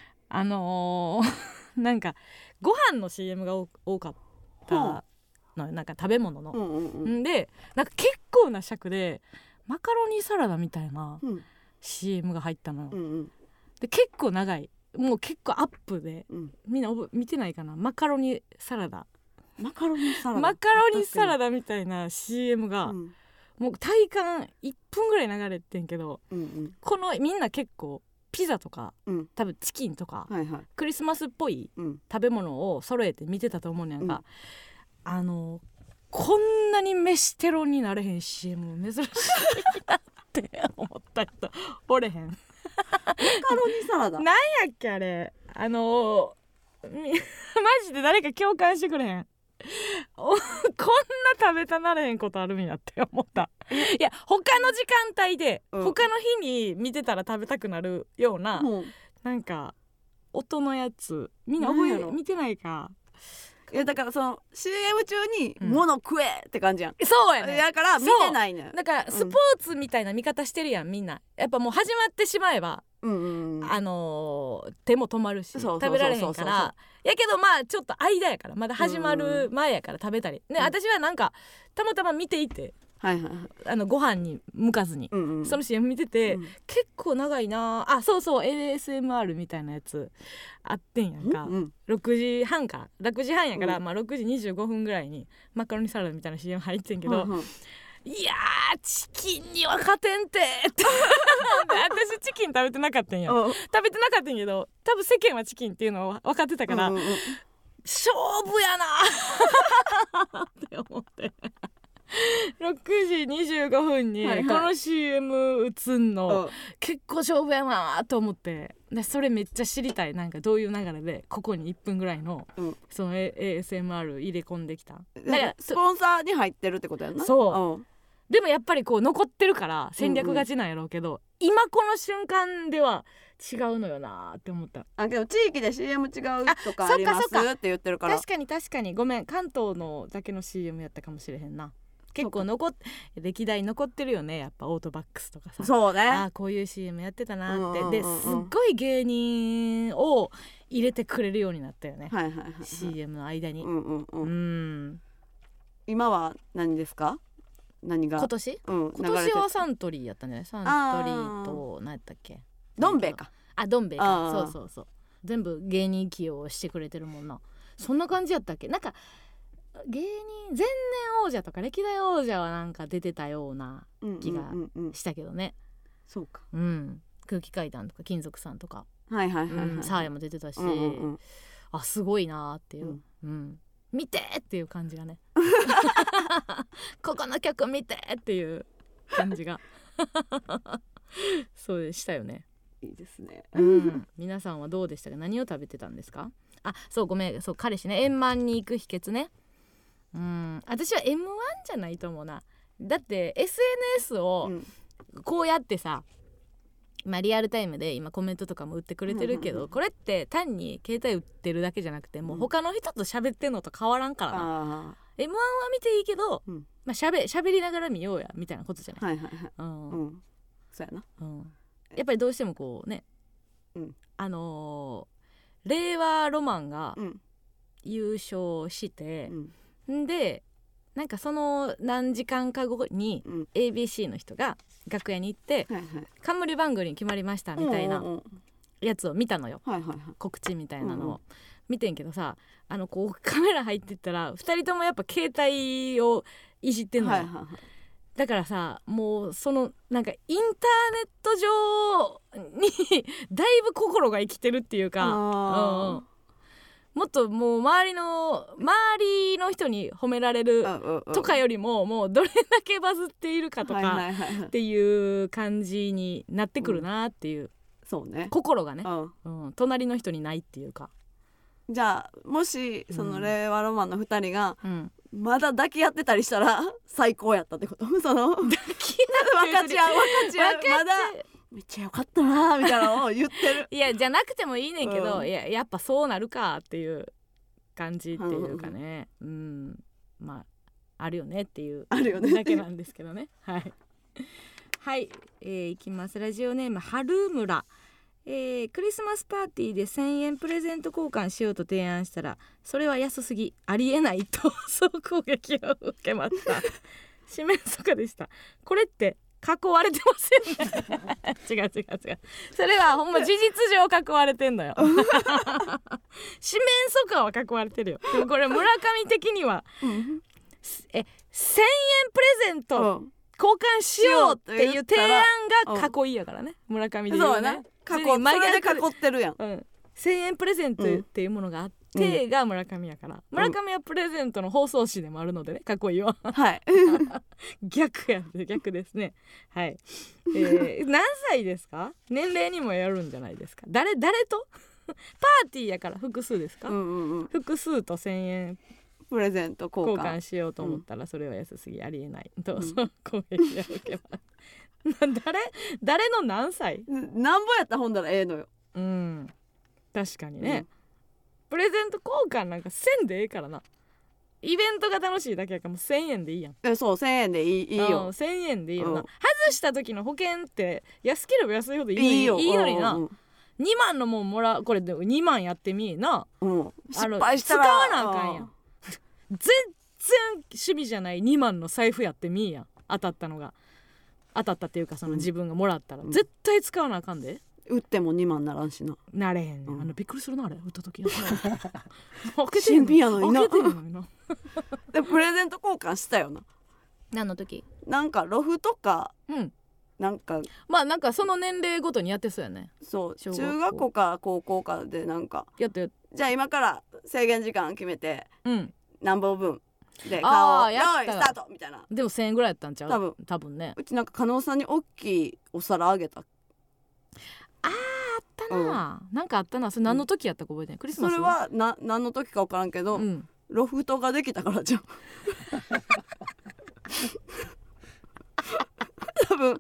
なんかご飯の CM が多かったのよ、なんか食べ物の、でなんか結構な尺でマカロニサラダみたいな CM が入ったのよ、で結構長い、もう結構アップで、みんな見てないかな。マカロニサラダみたいな CM が、もう体感1分ぐらい流れてんけど、このみんな結構ピザとか、多分チキンとか、クリスマスっぽい食べ物を揃えて見てたと思うねんが、こんなに飯テロになれへん CM 珍しいなって思った人おれへん。 マカロニサラダなんやっけあれ、マジで誰か共感してくれへんこんな食べたなれへんことあるんやって思った。いや他の時間帯で、他の日に見てたら食べたくなるような、なんか音のやつみんな見てないか。 いやだからその CM 中に物食えって感じやん、 そうやね。 だから見てないねん。 だからスポーツみたいな見方してるやんみんな。やっぱもう始まってしまえば、手も止まるし食べられへんから、やけどまあちょっと間やから、まだ始まる前やから食べたりね、私はなんかたまたま見ていて、ご飯に向かずに、その CM 見てて、結構長いなあ。そう ASMR みたいなやつあってんやんか、6時半やから、まあ6時25分ぐらいにマカロニサラダみたいな CM 入ってんけど、いやーチキンには勝てんてって私チキン食べてなかったんや、けど多分世間はチキンっていうのを分かってたから、勝負やなって思って6時25分にこの CM 映んの、結構勝負やなと思って、でそれめっちゃ知りたい。なんかどういう流れでここに1分ぐらいの、その ASMR 入れ込んできた。だからスポンサーに入ってるってことやな。 そう、でもやっぱりこう残ってるから戦略勝ちなんやろうけど、今この瞬間では違うのよなって思った。 けど地域で CM 違うとかありますって言ってるから。 確かにごめん、関東のだけの CM やったかもしれへんな。結構歴代残ってるよね、やっぱオートバックスとかさ。 そうね、 こういう CM やってたなって、ですっごい芸人を入れてくれるようになったよね、CM の間に。 今は何ですか？何が今年はサントリーやったんじゃない？サントリーと何やったっけ、 どん兵衛か。 どん兵衛か。そう全部芸人起用してくれてるもんな。そんな感じやったっけ。なんか芸人前年王者とか歴代王者はなんか出てたような気がしたけどね。 そうか。 空気階段とか金属さんとか、サーヤも出てたし、すごいなっていう、見てっていう感じがねここの曲見てっていう感じがそうでしたよね。 いいですね。 皆さんはどうでしたか？何を食べてたんですか？そうごめん、彼氏ね、円満に行く秘訣ね。私は M1 じゃないと思うな。 だって SNS をこうやってさ、まあ、リアルタイムで今コメントとかも打ってくれてるけど、これって単に携帯打ってるだけじゃなくて、もう他の人と喋ってんのと変わらんからな。M1 は見ていいけど、まあ、喋りながら見ようやみたいなことじゃない。 そうやな、 やっぱりどうしてもこうね、令和ロマンが優勝して、でなんかその何時間か後に ABC の人が楽屋に行って、冠番組に決まりましたみたいなやつを見たのよ、告知みたいなのを見てんけどさ、こうカメラ入ってったら2人ともやっぱ携帯をいじってんのよ、だからさ、もうそのなんかインターネット上にだいぶ心が生きてるっていうか、もっともう周りの人に褒められるとかよりも、もうどれだけバズっているかとかっていう感じになってくるなっていう、 そうね、 心がね、隣の人にないっていうか。 じゃあもしその令和ロマンの2人がまだ抱き合ってたりしたら最高やったってこと？その抱き合って分かち合うまだめっちゃよかったなみたいなのを言ってる。 いやじゃなくてもいいねんけど、やっぱそうなるかっていう感じっていうかね、まああるよねっていうだけなんですけどね。はいはい、いきます。ラジオネーム春村。クリスマスパーティーで1000円プレゼント交換しようと提案したら、それは安すぎ、ありえないと総攻撃を受けました。四面楚歌でした。これって囲われてませんね。違うそれはほんま事実上囲われてんのよ。四面楚歌は囲われてるよ。でもこれ村上的には1000円プレゼント交換しようっていう提案が囲いやからね、村上で言うね。 それで囲ってるやん、 1000円プレゼントっていうものがあってが村上やから、村上はプレゼントの包装紙でもあるのでね、囲いははい逆ですね。はい、何歳ですか？年齢にもやるんじゃないですか。誰とパーティーやから複数ですか？複数と1000円プレゼント交換しようと思ったら、それは安すぎ、ありえないと攻撃を受けます。誰の何歳？ なんぼやったらほんだらええのよ。 確かにね、プレゼント交換なんか1000でええからな。イベントが楽しいだけやからもう1000円でいいやん。 そう1000円でいいよ。 1000円でいいよな、外した時の保険って安ければ安いほどいいのにな。2万のもんもらう、これで2万やってみーな、 失敗したら使わなあかんやん。全然趣味じゃない2万の財布やってみーや。当たったっていうか、その自分がもらったら絶対使わなあかんで。 売っても2万ならんしな。 なれへんねん、びっくりするなあれ売った時。 新品やのにな。でプレゼント交換したよな。 何の時？ なんかロフとか、なんかまあなんかその年齢ごとにやってそうやね。 そう中学校か高校かでなんかやってじゃあ今から制限時間決めて、何本分で顔用意スタートみたいな。 でも1000円ぐらいやったんちゃう？多分ね。 うちなんか加納さんに大きいお皿あげた。 あったな、なんかあったな。それ何の時やったか覚えてない。クリスマス？ それは何の時か分からんけど、ロフトができたからじゃん。多分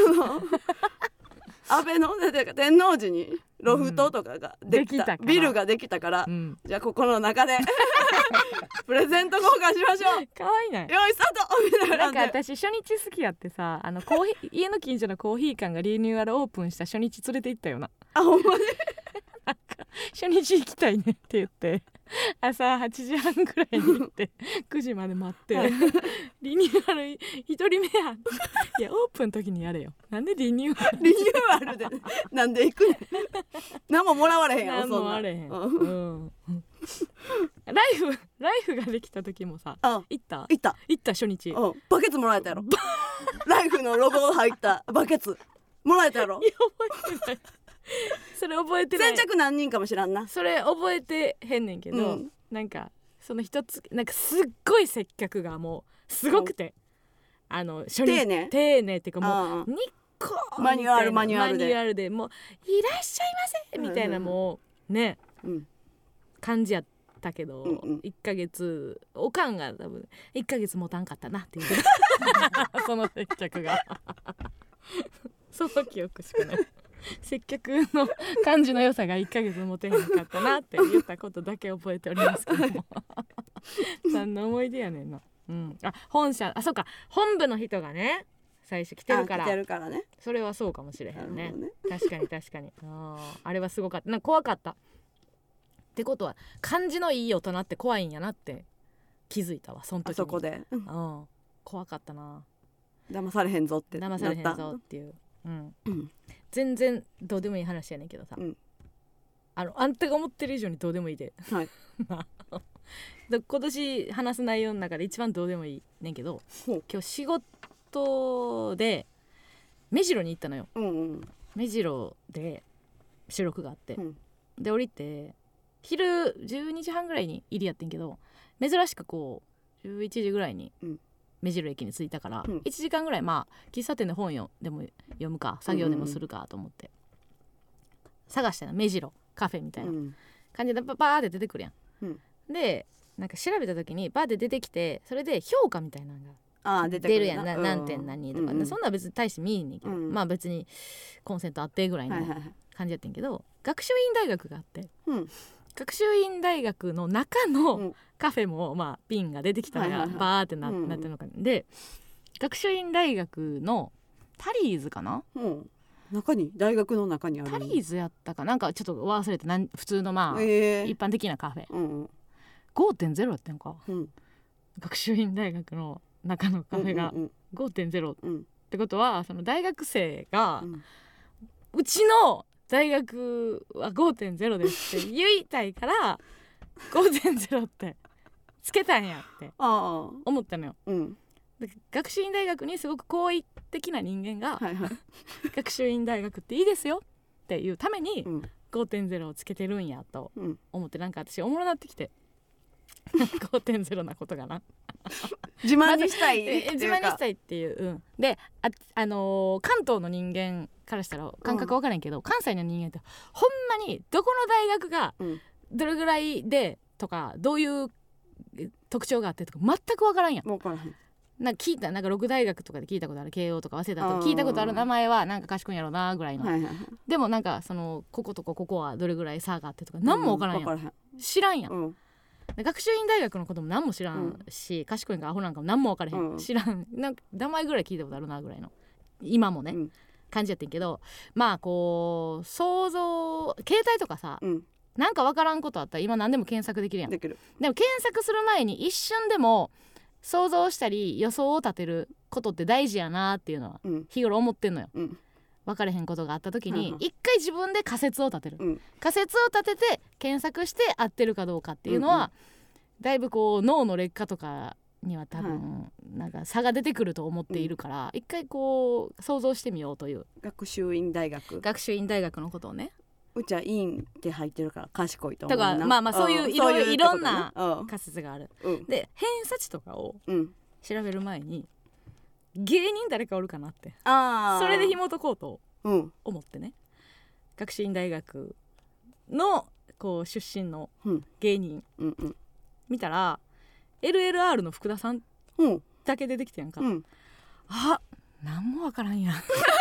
安倍の天王寺にロフトとかができた、ビルができたから、じゃあここの中でプレゼント交換しましょう。 かわいいね。 用意スタートみたいな。 なんか私初日好きやってさ、コーヒー家の近所のコーヒー館がリニューアルオープンした初日連れて行ったよな。 あ、ほんまになんか初日行きたいねって言って朝8時半ぐらいに行って9時まで待ってリニューアル1人目やいやオープンの時にやれよ。なんでリニューアルでなんで行くねん。何ももらわれへんやろ。 何ももらわれへん、ライフができた時もさ、行った初日、 バケツもらえたやろ。ライフのロゴ入ったバケツもらえたやろ。 いや覚えてない。それ覚えてない。 先着何人かも知らんな。 それ覚えてへんねんけど、なんかその一つなんかすっごい接客がもうすごくて、初日丁寧っていうかもう日光マニュアルでもういらっしゃいませみたいなもうね、感じやったけど、1ヶ月おかんが多分1ヶ月持たんかったなっていうその接客がその記憶しかない。接客の感じの良さが1ヶ月持てへんかったなって言ったことだけ覚えておりますけども何の思い出やねんな。本社そうか本部の人がね最初来てるからね、 それはそうかもしれへんね。確かにあれはすごかった。なんか怖かったってことは感じのいい大人って怖いんやなって気づいたわその時に。 あそこで、 怖かったな。 騙されへんぞって騙されへんぞっていう、全然どうでもいい話やねんけどさ、あんたが思ってる以上にどうでもいいで、今年話す内容の中で一番どうでもいいねんけど、今日仕事で目白に行ったのよ、目白で収録があって、で降りて昼12時半ぐらいに入りやってんけど、珍しくこう11時ぐらいに目白駅に着いたから、1時間ぐらい喫茶店で本でも読むか作業でもするかと思って探したの。目白カフェみたいな感じでバーって出てくるやん、でなんか調べた時にバーって出てきて、それで評価みたいなのが出るやん、何点何とか、そんな別に大して見えんねんけど、別にコンセントあってぐらいの感じやってんけど、学習院大学があって、学習院大学の中のカフェもピンが出てきたのがバーってなってるのかで、学習院大学のタリーズかな、 大学の中にあるタリーズやったかなんかちょっと忘れて、普通の一般的なカフェ、5.0 やったんか、学習院大学の中のカフェが 5.0 ってことは、その大学生が、うちの大学は 5.0 ですって言いたいから5.0 ってつけたんやって思ったのよ。で学習院大学にすごく好意的な人間が、学習院大学っていいですよっていうために 5.0 をつけてるんやと思って、なんか私おもろなってきて5.0 なことがな自慢にしたいっていう、で関東の人間からしたら感覚分からんけど、関西の人間ってほんまにどこの大学がどれぐらいでとか、どういう特徴があってとか全く分からんやん。なんか聞いた、なんか6大学とかで聞いたことある、慶応とか早稲田とか聞いたことある名前はなんか賢いんやろなぐらいの、でもなんかそのこことここはどれぐらい差があってとか何も分からんやん、知らんやん、学習院大学のことも何も知らんし、賢いんかアホなんかも何も分からへん、知らん、なんか名前ぐらい聞いたことあるなぐらいの今もね、感じやってんけど、こう想像携帯とかさ、なんか分からんことあったら今何でも検索できるやん。でも検索する前に一瞬でも想像したり予想を立てることって大事やなっていうのは日頃思ってんのよ、分かれへんことがあった時に一回自分で仮説を立てる、仮説を立てて検索して合ってるかどうかっていうのは、だいぶこう脳の劣化とかには多分なんか差が出てくると思っているから、一回こう想像してみようという。 学習院大学のことをね、 うちは院って入ってるから賢いと思うな。 だからそういういろんな仮説がある、で偏差値とかを調べる前に芸人誰かおるかなって、それで紐解こうと思ってね、学習院大学のこう出身の芸人見たら LLR の福田さんだけ出てきてんか、あ、なんもわからんやん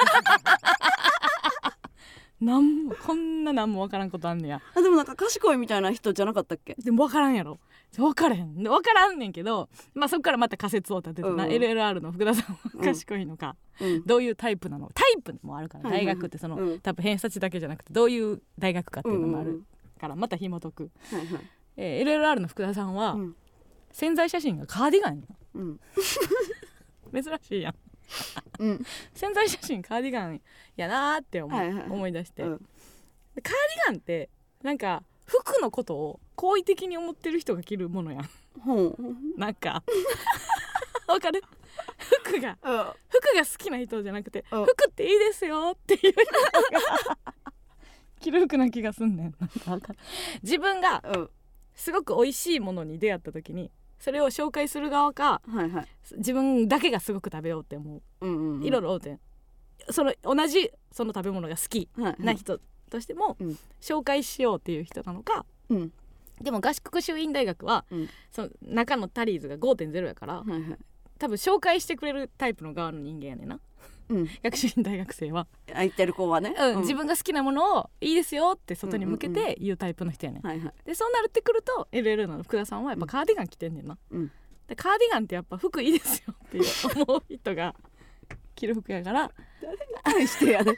こんな何もわからんことあんねや。 でもなんか賢いみたいな人じゃなかったっけ。 でもわからんやろ、わからんねんけど、そっからまた仮説を立ててな、LLR の福田さんは賢いのか、どういうタイプなの、タイプもあるから、大学ってその、多分偏差値だけじゃなくてどういう大学かっていうのもあるから、また紐解く、LLR の福田さんは、宣材写真がカーディガンや、珍しいやん宣材写真カーディガンやなーって思い出して、カーディガンってなんか服のことを好意的に思ってる人が着るものやんなんかわかる、服が好きな人じゃなくて、服っていいですよっていう人が着る服な気がすんねん。なんか自分がすごく美味しいものに出会った時にそれを紹介する側か、自分だけがすごく食べようって思う、いろいろ同じその食べ物が好きな人としても、紹介しようっていう人なのか、 でも合宿修院大学は、その中のタリーズが 5.0 やから、多分紹介してくれるタイプの側の人間やねんな、学習院大学生は言ってる子はね、 自分が好きなものをいいですよって外に向けて言うタイプの人やねん、でそうなってくると LL の福田さんはやっぱカーディガン着てんねんな、でカーディガンってやっぱ服いいですよって思う人が着る服やから誰に対してやねん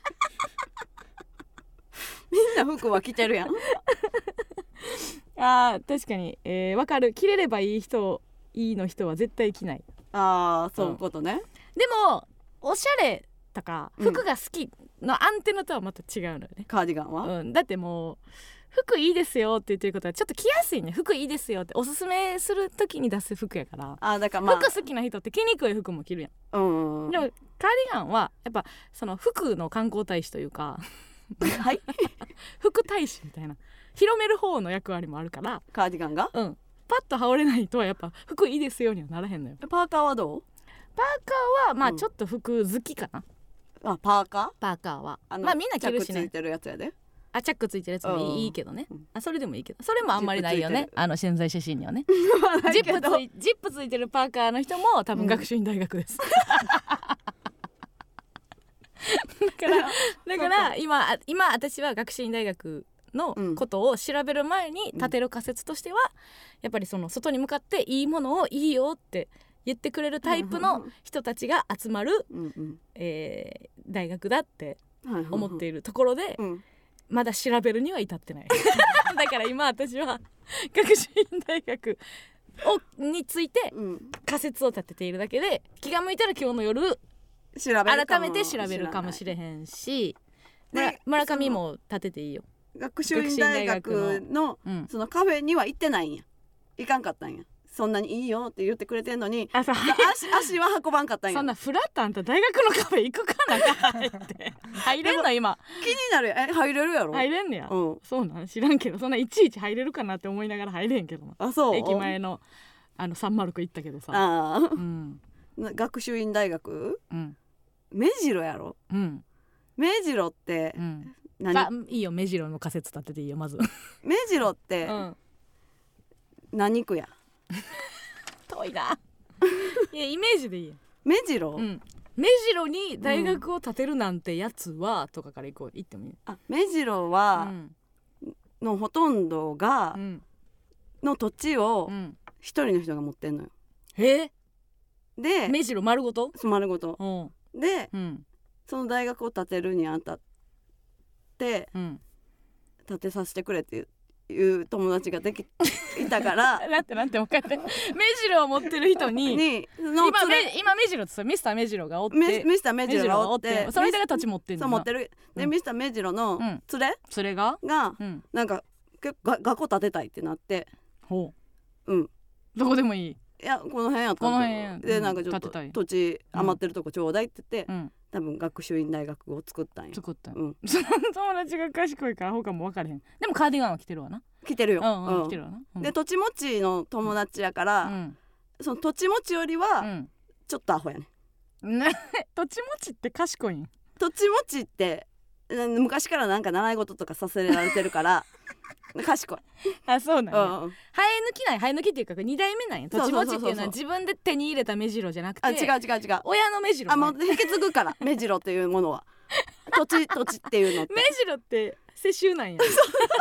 みんな服は着てるやん確かに、分かる。着れればいいの人は絶対着ない。 そういうことね、 でもおしゃれとか服が好きのアンテナとはまた違うのよね、 カーディガンは、 だってもう服いいですよって言ってることはちょっと着やすいね。服いいですよっておすすめする時に出す服やから、だから、服好きな人って着にくい服も着るやん、でもカーディガンはやっぱその服の観光大使というかはい服大使みたいな広める方の役割もあるから、 カーディガンが、 パッと羽織れないとやっぱ服いいですよにはならへんのよ。 パーカーはどう？ パーカーはまあちょっと服好きかな、 パーカーはまあみんな着るしね。チャックついてるやつやで。 チャックついてるやつもいいけどね、それでもいいけど、それもあんまりないよね、潜在写真にはねジップついてるパーカーの人も多分学習院大学です、だから今私は学習院大学のことを調べる前に立てる仮説としては、やっぱりその外に向かっていいものをいいよって言ってくれるタイプの人たちが集まる、大学だって思っているところで、まだ調べるには至ってないだから今私は学習院大学について仮説を立てているだけで、気が向いたら今日の夜改めて調べるかもしれへんし、村上も立てていいよ。 学習院大学のそのカフェには行ってないんや、行かんかったんや。そんなにいいよって言ってくれてんのに足は運ばんかったんや。 そんなフラッとあんた大学のカフェ行くかなって入れんの今気になる。入れるやろ。 入れんねや、そうなん知らんけど、そんないちいち入れるかなって思いながら入れんけどな。 そう駅前のサンマルク行ったけどさ、 学習院大学、目白やろ、目白って、 いいよ、目白の仮説立てていいよ。まず目白って、何区や遠いないやイメージでいいよ。 目白、 目白に大学を建てるなんてやつは、とかから行ってもいい。 目白は、のほとんどが、の土地を一人の人が持ってんのよ。で目白丸ごと丸ごと、で、その大学を建てるにあたって、建てさせてくれっていう友達がいたからなんてもう一回目白を持ってる人に今目白ってミスター目白がおってミスター目白がおってその人が土地持ってんの。 そう持ってる。で、ミスター目白の連れがなんか結構学校建てたいってなって、 どこでもいい、 いやこの辺やったんで、なんかちょっと土地余ってるとこちょうだいって言って、多分学習院大学を作ったんや。その友達が賢いから他も分かれへん。でもカーディガンは着てるわな。 着てるよ、 着てるわな。 で土地持ちの友達やから、その土地持ちよりはちょっとアホやね。 土地持ちって賢いん？ 土地持ちって昔からなんか習い事とかさせられてるから賢い。 そうなんや。生え抜きっていうか2代目なんや。土地持ちっていうのは自分で手に入れた目白じゃなくて、 違う親の目白、 もう引き継ぐから目白っていうものは土地っていうのって目白って世襲なんや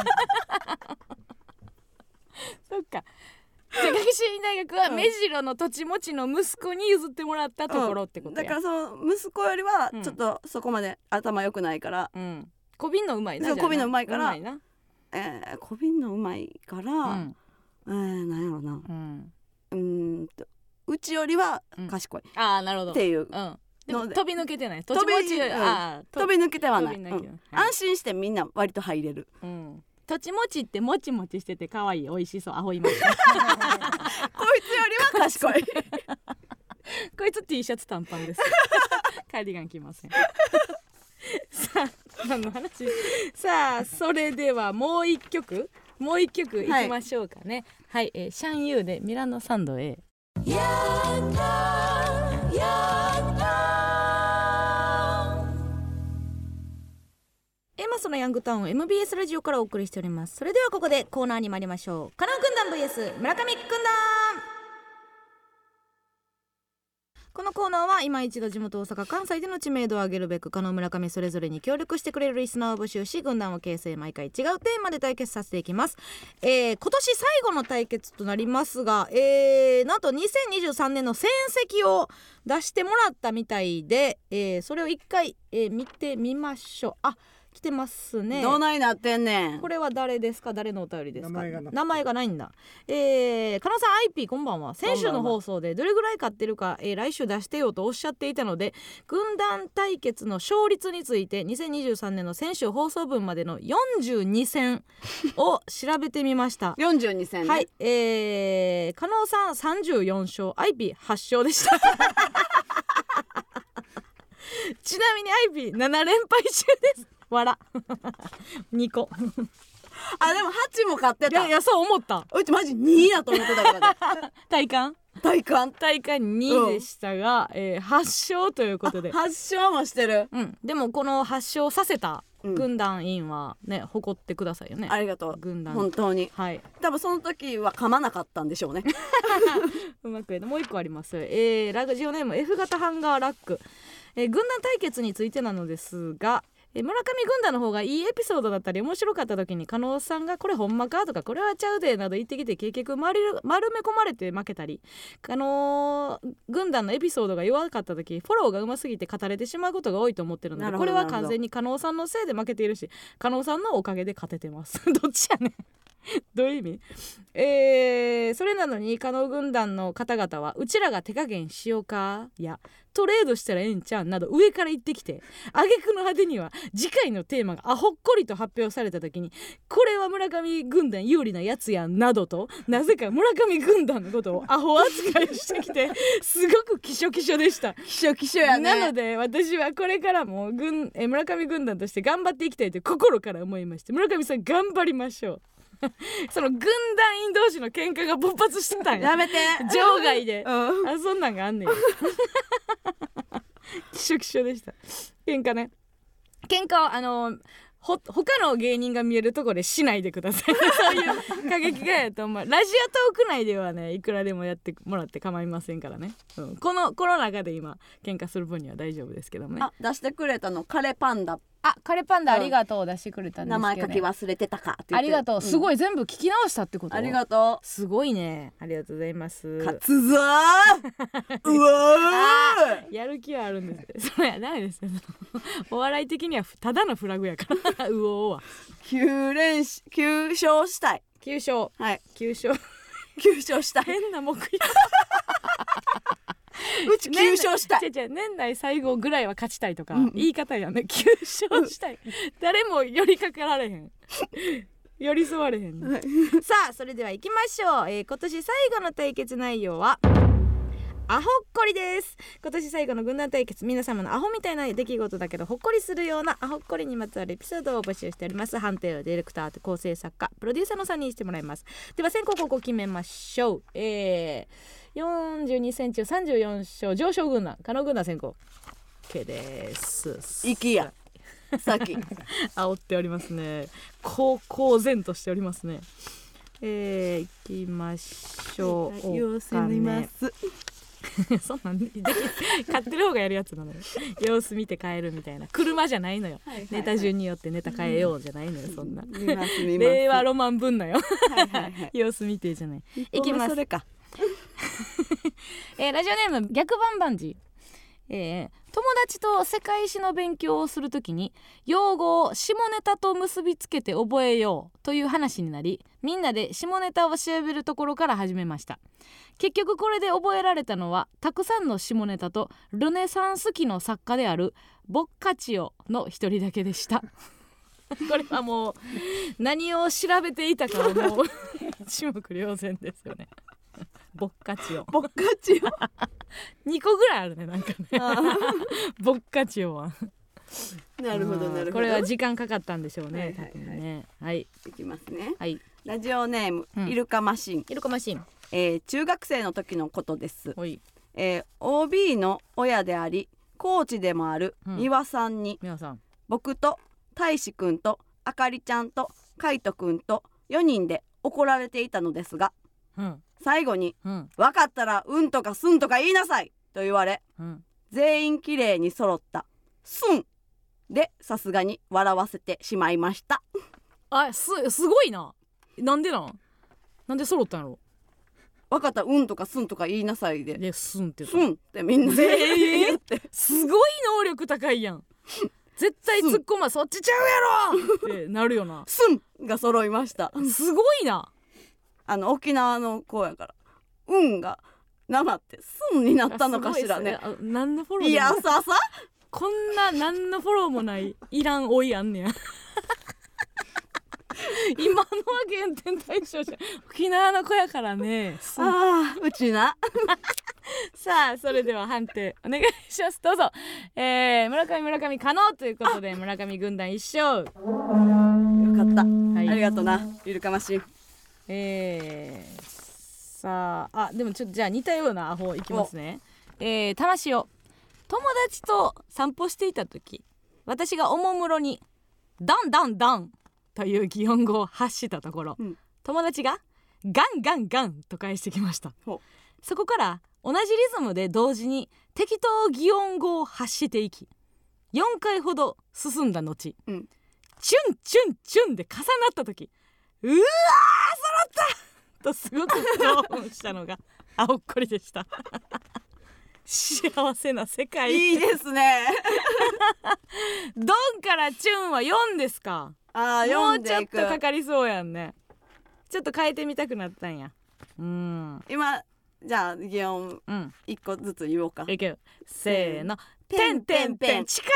そっか。学習院大学は目白の土地持ちの息子に譲ってもらったところってことや。 だからその息子よりはちょっとそこまで頭良くないから、 こびんのうまいな。 こびんのうまいからこびんのうまいから、なんやろな、うちよりは賢い、 なるほどっていう、 でも飛び抜けてない。土地持ち飛び抜けてはない。安心してみんな割と入れる。 土地持ちってもちもちしてて可愛い、美味しそう、アホいまこいつよりは賢いこいつ T シャツ短パンですカーディガン着ませんさあ何の話。さあそれではもう一曲いきましょうかね。はい、シャンユーでミラノサンドへ。やったやった。 イマスのヤングタウン MBS ラジオからお送りしております。それではここでコーナーに参りましょう。カナウ軍団 VS 村上軍団。このコーナーは今一度地元大阪関西での知名度を上げるべく加納村上それぞれに協力してくれるリスナーを募集し、軍団を形成、毎回違うテーマで対決させていきます。今年最後の対決となりますが、なんと2023年の戦績を出してもらったみたいで、それを一回、見てみましょう。来てますね。 どないなってんねん。 これは誰ですか？誰のお便りですか？名前がないんだ。加納さん IP こんばんは。先週の放送でどれぐらい勝ってるか、来週出してよとおっしゃっていたので、軍団対決の勝率について2023年の先週放送分までの42戦を調べてみました 42戦ね。 はい、加納さん34勝 IP8 勝でしたちなみに IP7 連敗中です。笑2個でも8も勝ってた。 いやそう思った。 うちマジ2やと思ってたからね体感2でしたが、8勝ということで 8勝もしてる、 でもこの8勝させた軍団員はね、誇ってくださいよね。 ありがとう軍団、 本当に、 はい、 多分その時は噛まなかったんでしょうねうまくもう一個あります。ラジオネーム F 型ハンガーラック、軍団対決についてなのですが、村上軍団の方がいいエピソードだったり面白かった時に加納さんがこれほんまかとかこれはちゃうでなど言ってきて結局丸め込まれて負けたり、加納軍団のエピソードが弱かった時フォローが上手すぎて語れてしまうことが多いと思ってるので、これは完全に加納さんのせいで負けているし、加納さんのおかげで勝ててますどっちやねんどういう意味？それなのに加納軍団の方々はうちらが手加減しようかやトレードしたらええんちゃんなど上から言ってきて、挙句の果てには次回のテーマがアホっこりと発表された時にこれは村上軍団有利なやつやんなどとなぜか村上軍団のことをアホ扱いしてきてすごくキショキショでした。 キショキショやね。 なので私はこれからも村上軍団として頑張っていきたいと心から思いまして、村上さん頑張りましょうその軍団員同士の喧嘩が勃発してたんや。 やめて場外で、そんなんがあんねんキショキショでした喧嘩ね。喧嘩は他の芸人が見えるところでしないでくださいそういう過激がやと思う。ラジオトーク内ではねいくらでもやってもらって構いませんからね、この中で今喧嘩する分には大丈夫ですけどもね。 出してくれたのカレパンダ。 カレパンダありがとう、出してくれたんですけど、ね、 名前書き忘れてたかってありがとう、すごい全部聞き直したってこと？ ありがとう、すごいね、ありがとうございます。 勝つぞーうわーやる気はあるんですそれはダメですよお笑い的にはただのフラグやからうおーは 9勝したい。 9勝、はい、9勝したい。変な目標うち9勝したい。 年内最後ぐらいは勝ちたいとか、言い方やね。9勝したい、誰も寄りかかられへん寄り添われへん、さあそれでは行きましょう。今年最後の対決内容はアホっこりです。今年最後の軍団対決、皆様のアホみたいな出来事だけどほっこりするようなアホっこりにまつわるエピソードを募集しております。判定はディレクターと構成作家プロデューサーの3人にしてもらいます。では先行後攻決めましょう。42戦中34勝上昇軍団加納軍団先行 OK です。 いきや先煽っておりますね。高校然としておりますね。いきましょう。 様子見ますそんなん買ってる方がやるやつなのよ様子見て帰るみたいな。車じゃないのよ、ネタ順によってネタ変えようじゃないのよ、そんな令和ロマン分なよ様子見てじゃない。いきます。 それかラジオネーム逆バンバンジー、友達と世界史の勉強をするときに用語を下ネタと結びつけて覚えようという話になり、みんなで下ネタを調べるところから始めました。結局これで覚えられたのはたくさんの下ネタとルネサンス期の作家であるボッカチオの一人だけでしたこれはもう何を調べていたかはもう一目瞭然ですよねボッカチオ 2 個ぐらいあるね、なんかねボッカチオはなるほどなるほど。 これは時間かかったんでしょうね、多分ね。はい、 いきますね。 はい、 ラジオネーム、イルカマシン。 イルカマシン、 中学生の時のことです。OB の親でありコーチでもある三輪さんに、僕と大志くんとあかりちゃんとかいとくんと4人で怒られていたのですが、最後に、分かったらうんとかすんとか言いなさいと言われ、全員きれいに揃ったすんでさすがに笑わせてしまいました。 すごいな。なんで揃ったんやろ。 分かったうんとかすんとか言いなさいですんってすんってみんなで言ってすごい能力高いやん。絶対突っ込まそっちちゃうやろってなるよな。 すんが揃いました。 すごいな。 沖縄の子やからうんがなまってすんになったのかしらね。 何のフォローいやさこんな何のフォローもないいらん老いあんねや今のは減点対象じゃ沖縄の子やからね。 うちなさあそれでは判定お願いします。どうぞ。村上可能ということで村上軍団1勝。よかった、はい、ありがとなゆるかましい。 さあでもちょっとじゃあ似たようなアホいきますね。魂を友達と散歩していた時、私がおもむろにダンダンダンという擬音語を発したところ、友達がガンガンガンと返してきました。そこから同じリズムで同時に適当擬音語を発していき、4回ほど進んだ後、チュンチュンチュンで重なった時、うわー揃ったとすごく興奮したのが青っこりでした幸せな世界。 いいですねドンからチュンは4ですか。もうちょっとかかりそうやんね。ちょっと変えてみたくなったんや。 今じゃあ擬音1個ずつ言おうか。 いける。せーの。てんてんてん。近い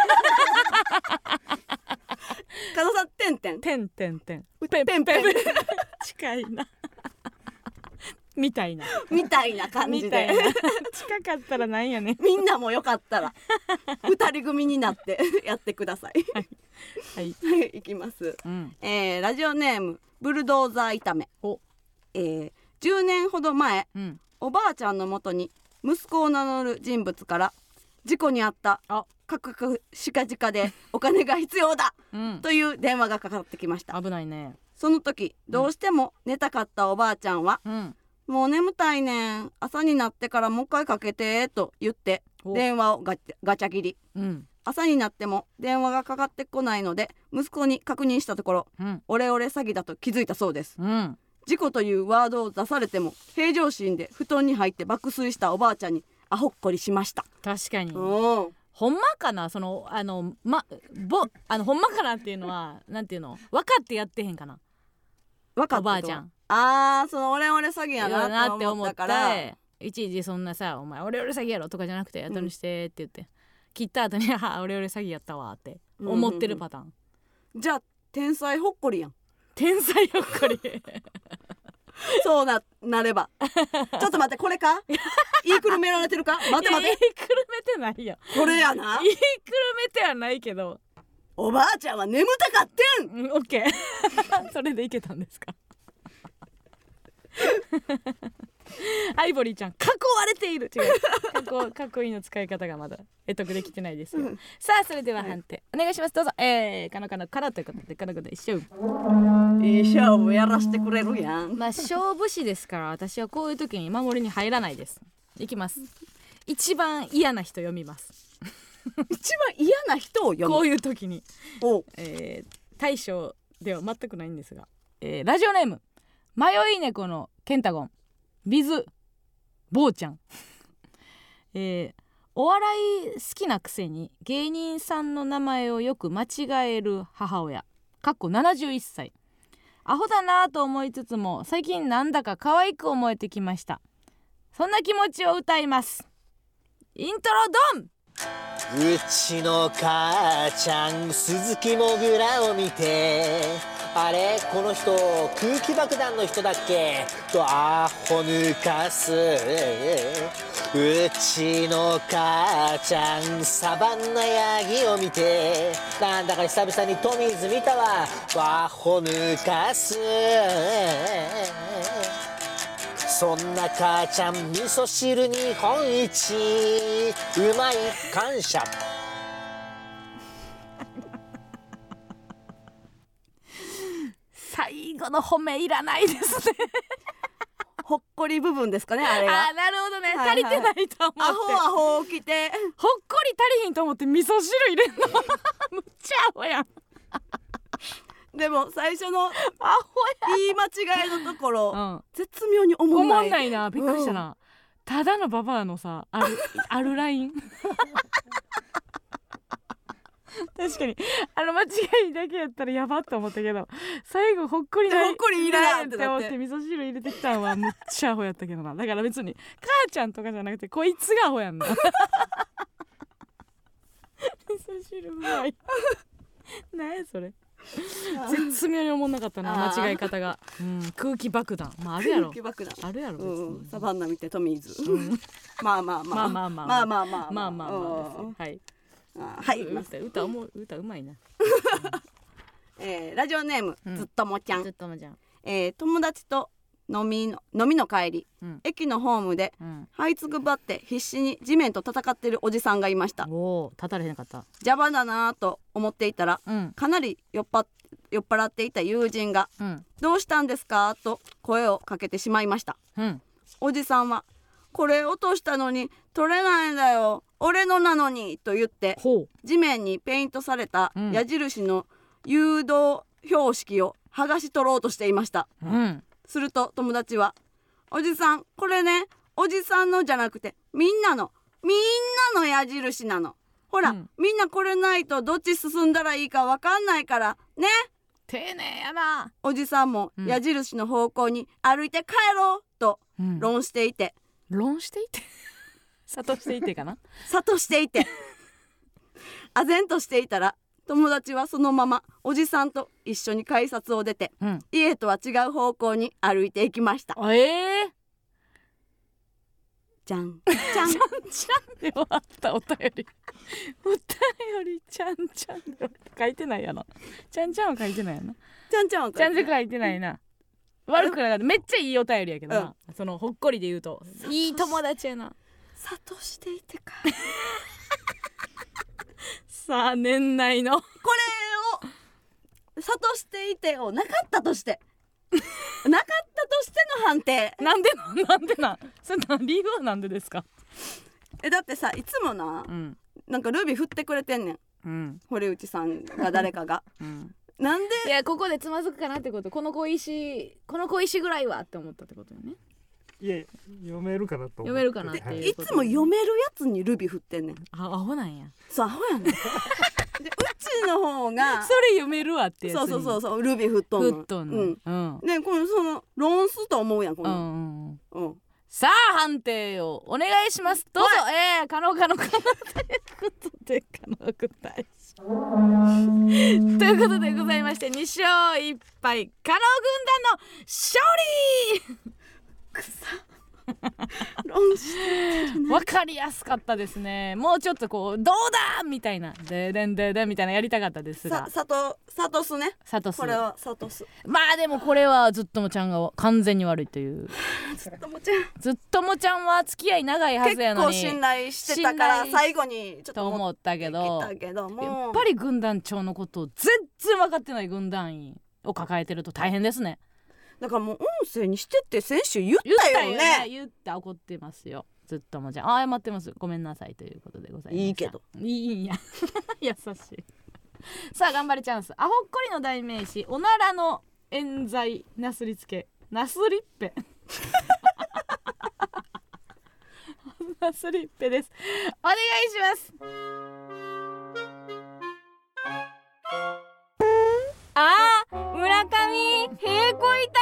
加藤さんてんてんてんてんてんペンペンペン近いなみたいな感じで近かったらなんやね。 みんなもよかったら2人組になってやってください。はい、いきます、ラジオネームブルドーザー炒め。10年ほど前、おばあちゃんのもとに息子を名乗る人物から事故に遭ったカクカクシカジカでお金が必要だ、という電話がかかってきました。 危ないね。 その時どうしても寝たかったおばあちゃんは、もう眠たいねん、朝になってからもう一回かけてと言って電話をガチャ切り、朝になっても電話がかかってこないので息子に確認したところ、オレオレ詐欺だと気づいたそうです。事故というワードを出されても平常心で布団に入って爆睡したおばあちゃんにアホっこりしました。 確かにほんまかな、そのほんまかなっていうのはなんていうの、分かってやってへんかな。 分かっておばあちゃんそのオレオレ詐欺やなって思ったからいちいちそんなさ、お前オレオレ詐欺やろとかじゃなくて後にしてって言って、切った後にオレオレ詐欺やったわって思ってるパターン、 じゃあ天才ほっこりやん。 天才ほっこりそうなればちょっと待って、これか言いくるめられてるか。待って言いくるめてないよ。 これやな。 言いくるめてはないけど、 おばあちゃんは眠たかってん。 オッケーそれでいけたんですかアイボリーちゃん囲われている。違うかっこいいの使い方がまだ得できてないですよ、さあそれでは判定、お願いします。どうぞ。かのからということでかのこと一勝いい勝負やらしてくれるやん。 勝負師ですから私はこういう時に守りに入らないです。いきます。一番嫌な人読みます一番嫌な人を読む。 こういう時に大将では全くないんですが、ラジオネーム迷い猫のケンタゴンビズボーちゃんお笑い好きなくせに芸人さんの名前をよく間違える母親71歳。アホだなと思いつつも最近なんだか可愛く思えてきました。そんな気持ちを歌います。イントロドン。 うちの母ちゃん鈴木もぐらを見て、あれこの人空気爆弾の人だっけとアホ抜かす。うちの母ちゃんサバンナヤギを見て、なんだか久々にトミーズ見たわとアホ抜かす。そんな母ちゃん味噌汁日本一うまい感謝の褒めいらないですねほっこり部分ですかね、あれが。 なるほどね、はいはい、足りてないと思ってアホ起きてほっこり足りひんと思って味噌汁入れんのむっちゃアホやんでも最初の言い間違いのところ、絶妙に思んないな、びっくりしたな、ただのババアのさあるライン確かに間違いだけやったらやばっと思ったけど、最後ほっこりないほっこりいらんって思って味噌汁入れてきたんはむっちゃアホやったけどな。だから別に母ちゃんとかじゃなくてこいつがアホやんな味噌汁うまい何やそれ絶妙に思んなかったな、間違い方が、空気爆弾、あるやろ、 空気爆弾あるやろ、 サバンナ見てトミーズ、まあはいはい、 歌うまいなラジオネーム、ずっともちゃん、友達と飲みの帰り、駅のホームで、這いつくばって必死に地面と戦っているおじさんがいました。 立たれへんかった。 邪魔だなと思っていたら、かなり酔っ払っていた友人が、どうしたんですかと声をかけてしまいました。おじさんは、これ落としたのに取れないんだよ、俺のなのにと言って地面にペイントされた矢印の誘導標識を剥がし取ろうとしていました。すると友達は、おじさんこれね、おじさんのじゃなくてみんなの矢印なの、ほら、みんなこれないとどっち進んだらいいか分かんないからね。 丁寧やな。 おじさんも矢印の方向に歩いて帰ろうと論していて、 諭していてかな諭していて唖然としていたら、友達はそのままおじさんと一緒に改札を出て、家とは違う方向に歩いていきました。じゃんちゃんで終わったお便りちゃんちゃんで書いてないやな。ちゃんちゃんは書いてないやな。 ちゃんちゃんは書いてないな。悪くなかった。めっちゃいいお便りやけどな、そのほっこりで言うといい友達やな。 諭していてかさあ年内のこれを諭していてをなかったとしてなかったとしての判定。 なんでそれ理由はなんでですか。 だってさ、いつもな、なんかルビー振ってくれてんねん、堀内さんが誰かが、なんで、 いやここでつまずくかなってこと、この小石ぐらいはって思ったってことよね。 いや読めるかなと思って、 読めるかなっていういつも読めるやつにルビー振ってんねん。 アホなんや。 そうアホやねんでうちの方がそれ読めるわってやつにそうルビー振っとんの。でこのその論すと思うやんこの、 さあ判定をお願いします。どうぞ。可能ということで可能く大使ということでございまして、2勝1敗可能軍団の勝利論してるね。 分かりやすかったですね。もうちょっとこうどうだみたいなででんででみたいなやりたかったですが、 サトスね。これはサトス。 まあでもこれはずっともちゃんが完全に悪いという。 ずっともちゃんは付き合い長いはずやのに結構信頼してたから最後にちょっと思ったけどやっぱり軍団長のことを全然分かってない軍団員を抱えてると大変ですね。 だからもう音声にしてって先週言ったよね。 言って怒ってますよ。ずっともじゃ謝ってます。ごめんなさいということでございます。 いいけどいいんや優しいさあ頑張りチャンス。アホっこりの代名詞おならの冤罪なすりつけなすりっぺなすりっぺです。お願いします。村上屁こい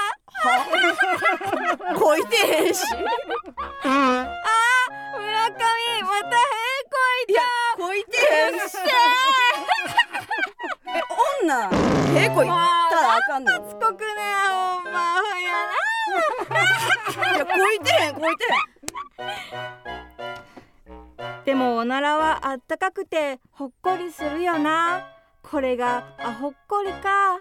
たこいてへんし村上また屁こいた。 こいてへんし女屁こいたらあかんの。 遅刻ねほんまやないやこいてへんでもおならはあったかくてほっこりするよな。これがほっこりか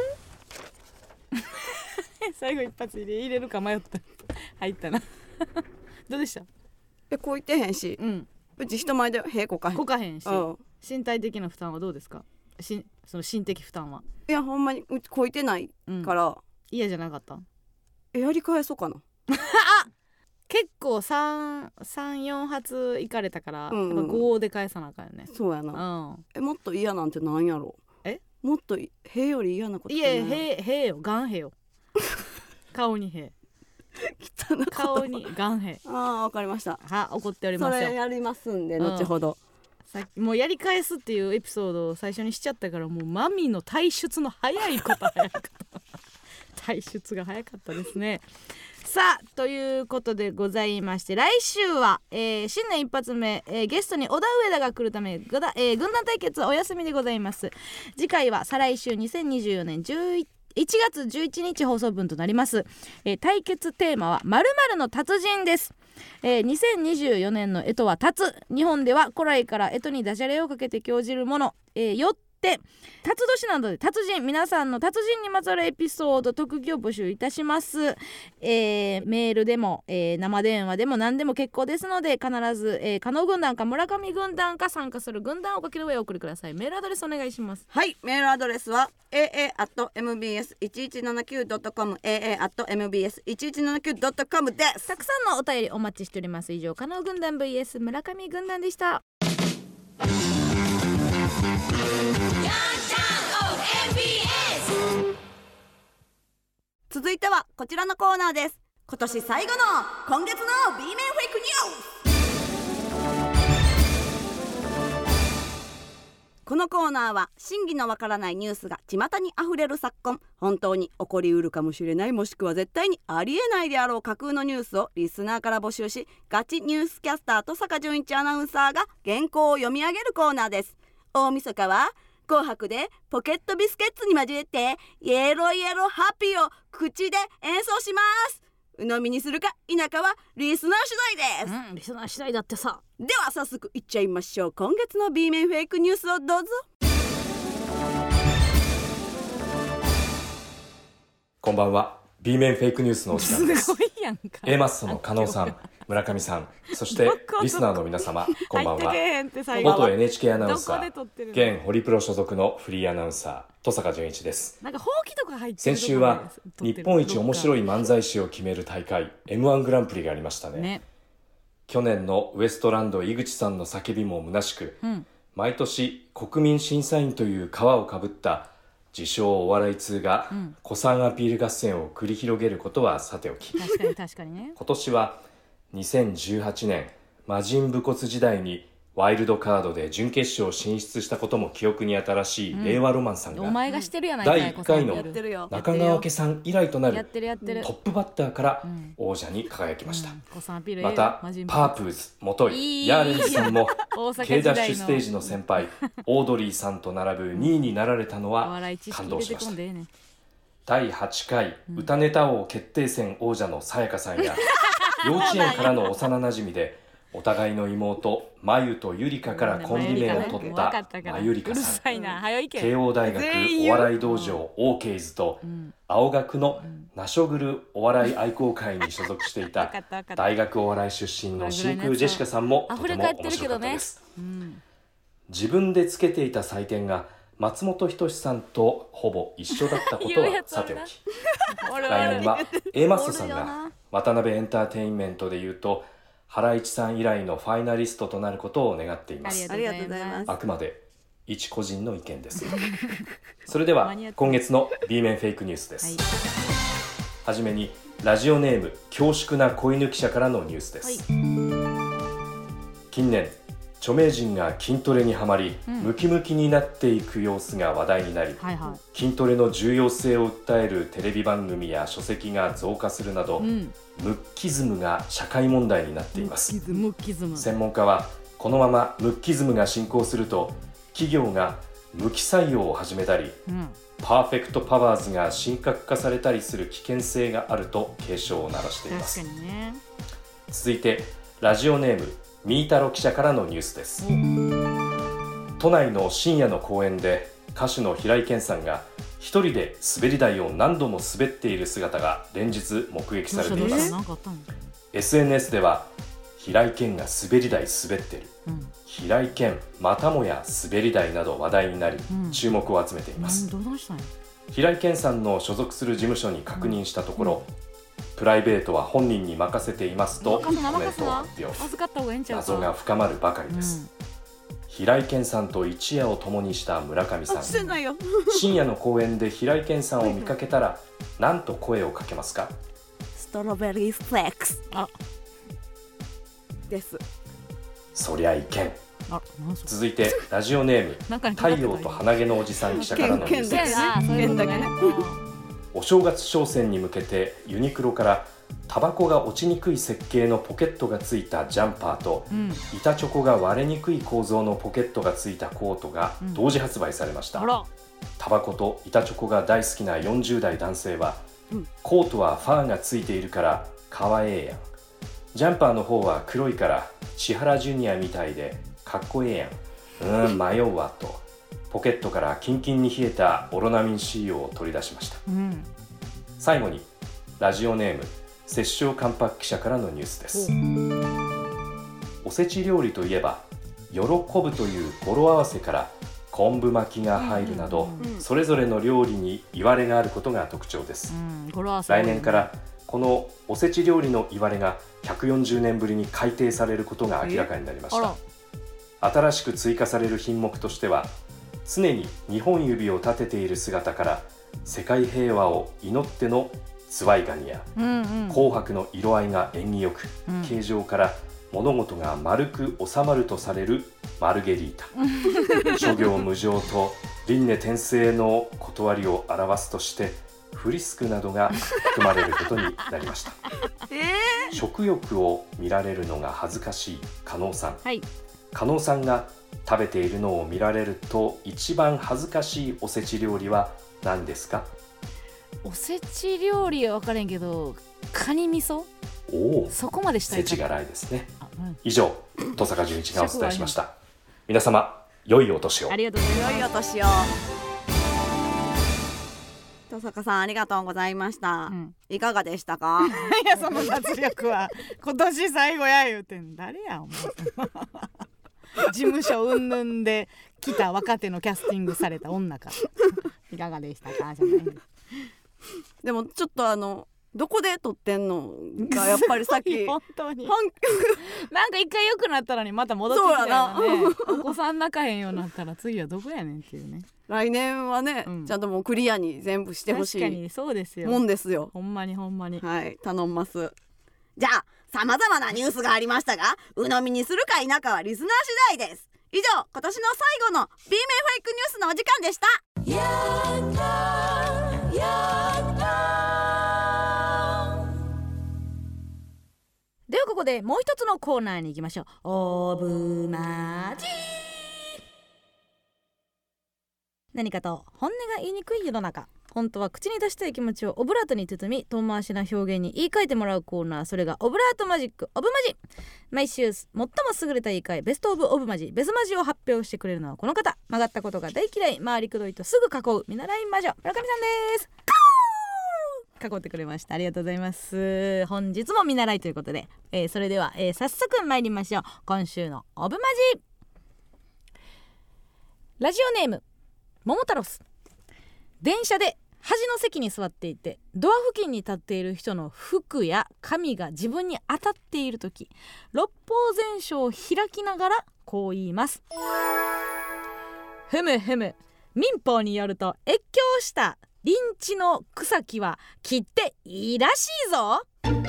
最後一発入れるか迷った入ったなどうでした。 こいてへんし、うち人前で屁こかへんし、身体的な負担はどうですか。 その心的負担は。 いやほんまにうちこいてないから、 嫌じゃなかった？ やり返そうかな結構 3,4 発行かれたから、5で返さなあかんよね。 そうやな、もっと嫌なんてなんやろ。もっと塀より嫌なことない？ いや塀よ、ガン塀よ顔に塀顔にガン塀。 わかりました。 怒っておりますよ。 それやりますんで、後ほど。 もうやり返すっていうエピソードを最初にしちゃったから、もうマミの退出の早いこと退出が早かったですね。さあということでございまして、来週は、新年一発目、ゲストに小田上田が来るため、軍団対決お休みでございます。次回は再来週2024年1月11日放送分となります。対決テーマは〇〇の達人です。2024年の干支は辰。日本では古来から干支にダジャレをかけて興じるもの、よって辰年などで達人、皆さんの達人にまつわるエピソード、特技を募集いたします。メールでも、生電話でも何でも結構ですので、必ず、加納軍団か村上軍団か参加する軍団をお書きの上お送りください。メールアドレスお願いします。 はい、メールアドレスは aa@mbs1179.com aa@mbs1179.com です。 たくさんのお便りお待ちしております。以上、加納軍団 vs 村上軍団でした。 続いてはこちらのコーナーです。今年最後の今月の B 面フェイクニュース。このコーナーは真偽のわからないニュースが巷にあふれる昨今、本当に起こりうるかもしれない、もしくは絶対にありえないであろう架空のニュースをリスナーから募集し、ガチニュースキャスター登坂淳一アナウンサーが原稿を読み上げるコーナーです。大晦日は紅白でポケットビスケッツに交えてイエローイエローハッピーを口で演奏します。鵜呑みにするか否かはリスナー次第です。 リスナー次第だってさ。 では早速いっちゃいましょう。今月の B 面フェイクニュースをどうぞ。 こんばんは。 B 面フェイクニュースのお時間です。 すごいやんか。 A マッソの加納さん、村上さん、そしてリスナーの皆様、こんばんは。元 NHK アナウンサー、現ホリプロ所属のフリーアナウンサー、登坂淳一です。 なんかほうきとか入ってる。 先週は日本一面白い漫才師を決める大会 M1 グランプリがありましたね。去年のウエストランド井口さんの叫びも虚しく、毎年国民審査員という皮をかぶった自称お笑い通が古参アピール合戦を繰り広げることはさておき、 確かにね。 今年は2018年魔人武骨時代にワイルドカードで準決勝進出したことも記憶に新しい令和ロマンさんが、第1回の中川家さん以来となるトップバッターから王者に輝きました。またパープーズ元井ヤーレンズさんも K ダッシュステージの先輩オードリーさんと並ぶ2位になられたのは感動しました。第8回歌ネタ王決定戦王者のさやかさんや幼稚園からの幼なじみでお互いの妹まゆとゆりかからコンビ名を取ったまゆりかさん、慶応大学お笑い道場オーケーズと青学のナショグルお笑い愛好会に所属していた大学お笑い出身の真空ジェシカさんもとても面白かったです。自分でつけていた採点が松本人志さんとほぼ一緒だったことはさておき、来年は A マッソさんが渡辺エンターテインメントでいうとハライチさん以来のファイナリストとなることを願っています。 ありがとうございます。 あくまで一個人の意見です。それでは今月の B 面フェイクニュースです。はじめにラジオネーム恐縮な子犬記者からのニュースです。近年著名人が筋トレにはまり、ムキムキになっていく様子が話題になり、筋トレの重要性を訴えるテレビ番組や書籍が増加するなど、ムッキズムが社会問題になっています。専門家はこのままムッキズムが進行すると企業が無期採用を始めたり、パーフェクトパワーズが神格化されたりする危険性があると警鐘を鳴らしています。続いてラジオネームみーたろ記者からのニュースです。都内の深夜の公園で歌手の平井堅さんが一人で滑り台を何度も滑っている姿が連日目撃されています。 SNS では平井堅が滑り台滑ってる、平井堅またもや滑り台など話題になり、注目を集めています。平井堅さんの所属する事務所に確認したところ、プライベートは本人に任せていますとコメントを発表。謎が深まるばかりです。平井堅さんと一夜を共にした村上さん、深夜の公園で平井堅さんを見かけたら何と声をかけますか？ ストロベリーフレックスです。そりゃいけん。続いてラジオネーム太陽と鼻毛のおじさん記者からのニュースです。お正月商戦に向けてユニクロからタバコが落ちにくい設計のポケットがついたジャンパーと、板チョコが割れにくい構造のポケットがついたコートが同時発売されました。タバコと板チョコが大好きな40代男性は、コートはファーがついているからかわええやん、ジャンパーの方は黒いから千原ジュニアみたいでかっこええやん、迷うわとポケットからキンキンに冷えたオロナミン C を取り出しました。最後にラジオネーム摂政関白記者からのニュースです。おせち料理といえば喜ぶという語呂合わせから昆布巻きが入るなど、それぞれの料理にいわれがあることが特徴です。来年からこのおせち料理のいわれが140年ぶりに改定されることが明らかになりました。新しく追加される品目としては、常に2本指を立てている姿から世界平和を祈ってのズワイガニや、紅白の色合いが縁起よく、形状から物事が丸く収まるとされるマルゲリータ、諸行無常と輪廻転生の断りを表すとしてフリスクなどが含まれることになりました。食欲を見られるのが恥ずかしい加納さん、加納さんが食べているのを見られると一番恥ずかしいおせち料理は何ですか？ おせち料理は分からんけど、カニ味噌、そこまでしたいか。 世知辛いですね。以上、登坂淳一がお伝えしました。皆様良いお年を。 ありがとうございます。 良いお年を。登坂さんありがとうございました、いかがでしたか？ いや、その脱力は今年最後や言うてん誰やお前事務所うんぬんで来た若手のキャスティングされた女かいかがでしたかじゃないでもちょっとどこで撮ってんのがやっぱりさっき本当になんか一回良くなったのにまた戻ってきたよね。お子さん泣かへんようになったら次はどこやねんっていうね。 来年はね、ちゃんともうクリアに全部してほしい。 確かにそうですよ。 もんですよ。 ほんまにほんまに。 はい、頼みます。じゃあ様々なニュースがありましたが、鵜呑みにするか否かはリスナー次第です。以上、今年の最後の B 面フェイクニュースのお時間でした。 ではここでもう一つのコーナーに行きましょう。オブマジ。何かと本音が言いにくい世の中、本当は口に出したい気持ちをオブラートに包み遠回しな表現に言い換えてもらうコーナー、それがオブラートマジックオブマジ。毎週最も優れた言い換えベストオブオブマジ、ベスマジを発表してくれるのはこの方。曲がったことが大嫌い、回りくどいとすぐ囲う見習い魔女村上さんです。囲ってくれました。ありがとうございます。本日も見習いということで、それでは、早速参りましょう。今週のオブマジ。ラジオネーム桃太郎ス。電車で端の席に座っていてドア付近に立っている人の服や髪が自分に当たっているとき、六法全書を開きながらこう言います。ふむふむ、民法によると越境したリンチの草木は切っていいらしいぞ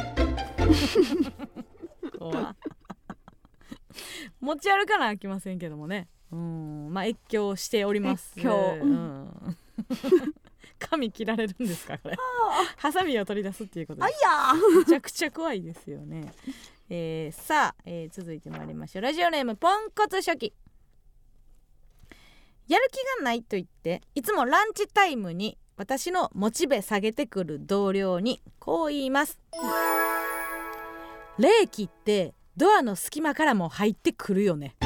持ち歩かなあきませんけどもね。まあ越境しております。髪切られるんですかこれハサミを取り出すっていうことでめちゃくちゃ怖いですよね。さあ、続いてまいりましょう。ラジオネームポンコツ初期。やる気がないと言っていつもランチタイムに私のモチベ下げてくる同僚にこう言います。冷気ってドアの隙間からも入ってくるよね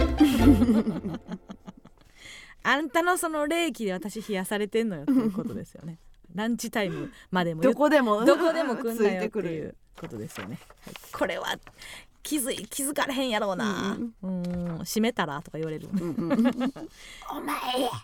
あんたのその冷気で私冷やされてんのよっていうことですよねランチタイムまでもどこでも来んなよっていうことですよね、はい、これは気づかれへんやろうな、閉めたらとか言われる、 お前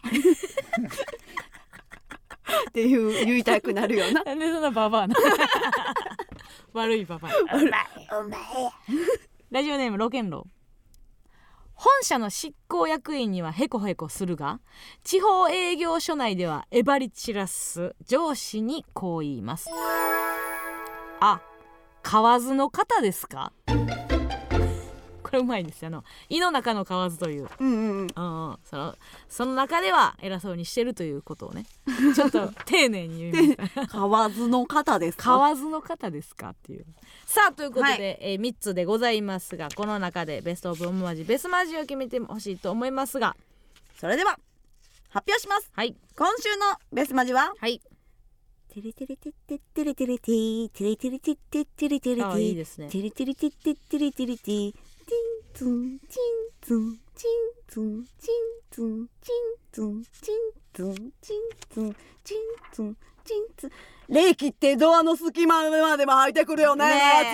って言いたくなるよな。 なんでそんなババアな悪いババア。お前ラジオネームロケンロー。本社の執行役員にはヘコヘコするが、地方営業所内ではえばり散らす上司にこう言います。あ、蛙の方ですか。これうまいですよ。胃の中の蛙という、その中では偉そうにしてるということをね、ちょっと丁寧に言いました蛙の方ですか。 蛙の方ですかっていう。さあということで、3つでございますが、この中でベストオブオムマジベスマジを決めてほしいと思いますが、 それでは発表します。 はい、 今週のベスマジは、 はい、 テレテレテテテレテレティテレテレテテテレテレティ、 いいですね。 テレテレテテテレテレティ、チンツンチンツンチンツンチンツンチンツンチンツンチンツンチンツンチンツン。冷気ってドアの隙間までも入ってくるよね。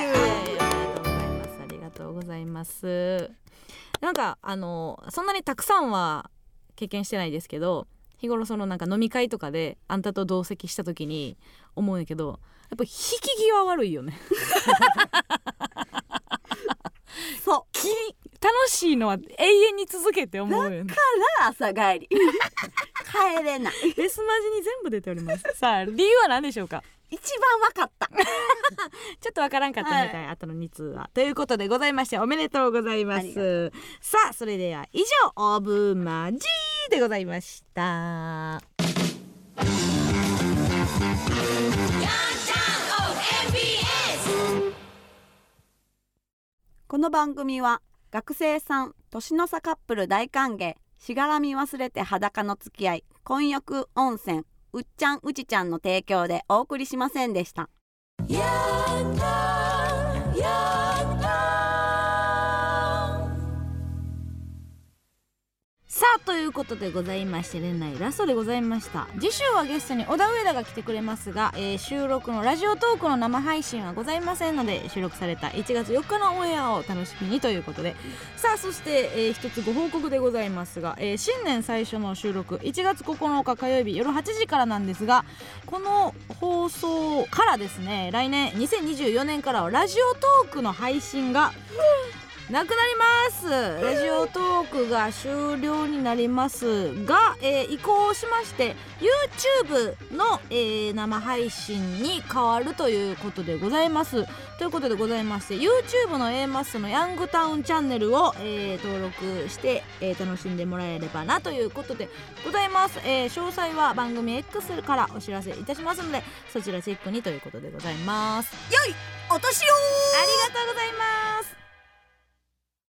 ありがとうございます。なんかそんなにたくさんは経験してないですけど、日頃そのなんか飲み会とかであんたと同席した時に思うんやけど、やっぱ引き際悪いよねそう楽しいのは永遠に続けて思うよね。 だから朝帰り帰れない。 ベスマジに全部出ております。さあ理由は何でしょうか。 一番わかったちょっとわからんかったみたい、あとの2通はということでございまして、おめでとうございます。さあそれでは以上オブマジでございました。 この番組は学生さん、年の差カップル大歓迎、しがらみ忘れて裸の付き合い、混浴温泉、うっちゃんうちちゃんの提供でお送りしませんでした。 さあということでございまして、年内ラストでございました。次週はゲストに小田上田が来てくれますが、収録のラジオトークの生配信はございませんので、収録された1月4日のオンエアを楽しみにということで、さあそして、一つご報告でございますが、新年最初の収録1月9日火曜日夜8時からなんですが、この放送からですね、来年2024年からはラジオトークの配信がなくなります。ラジオトークが終了になりますが、移行しまして YouTube の、生配信に変わるということでございます。ということでございまして、 YouTube の A マッソのヤングタウンチャンネルを、登録して、楽しんでもらえればなということでございます。詳細は番組 X からお知らせいたしますので、そちらチェックにということでございます。 良いお年を。 ありがとうございます。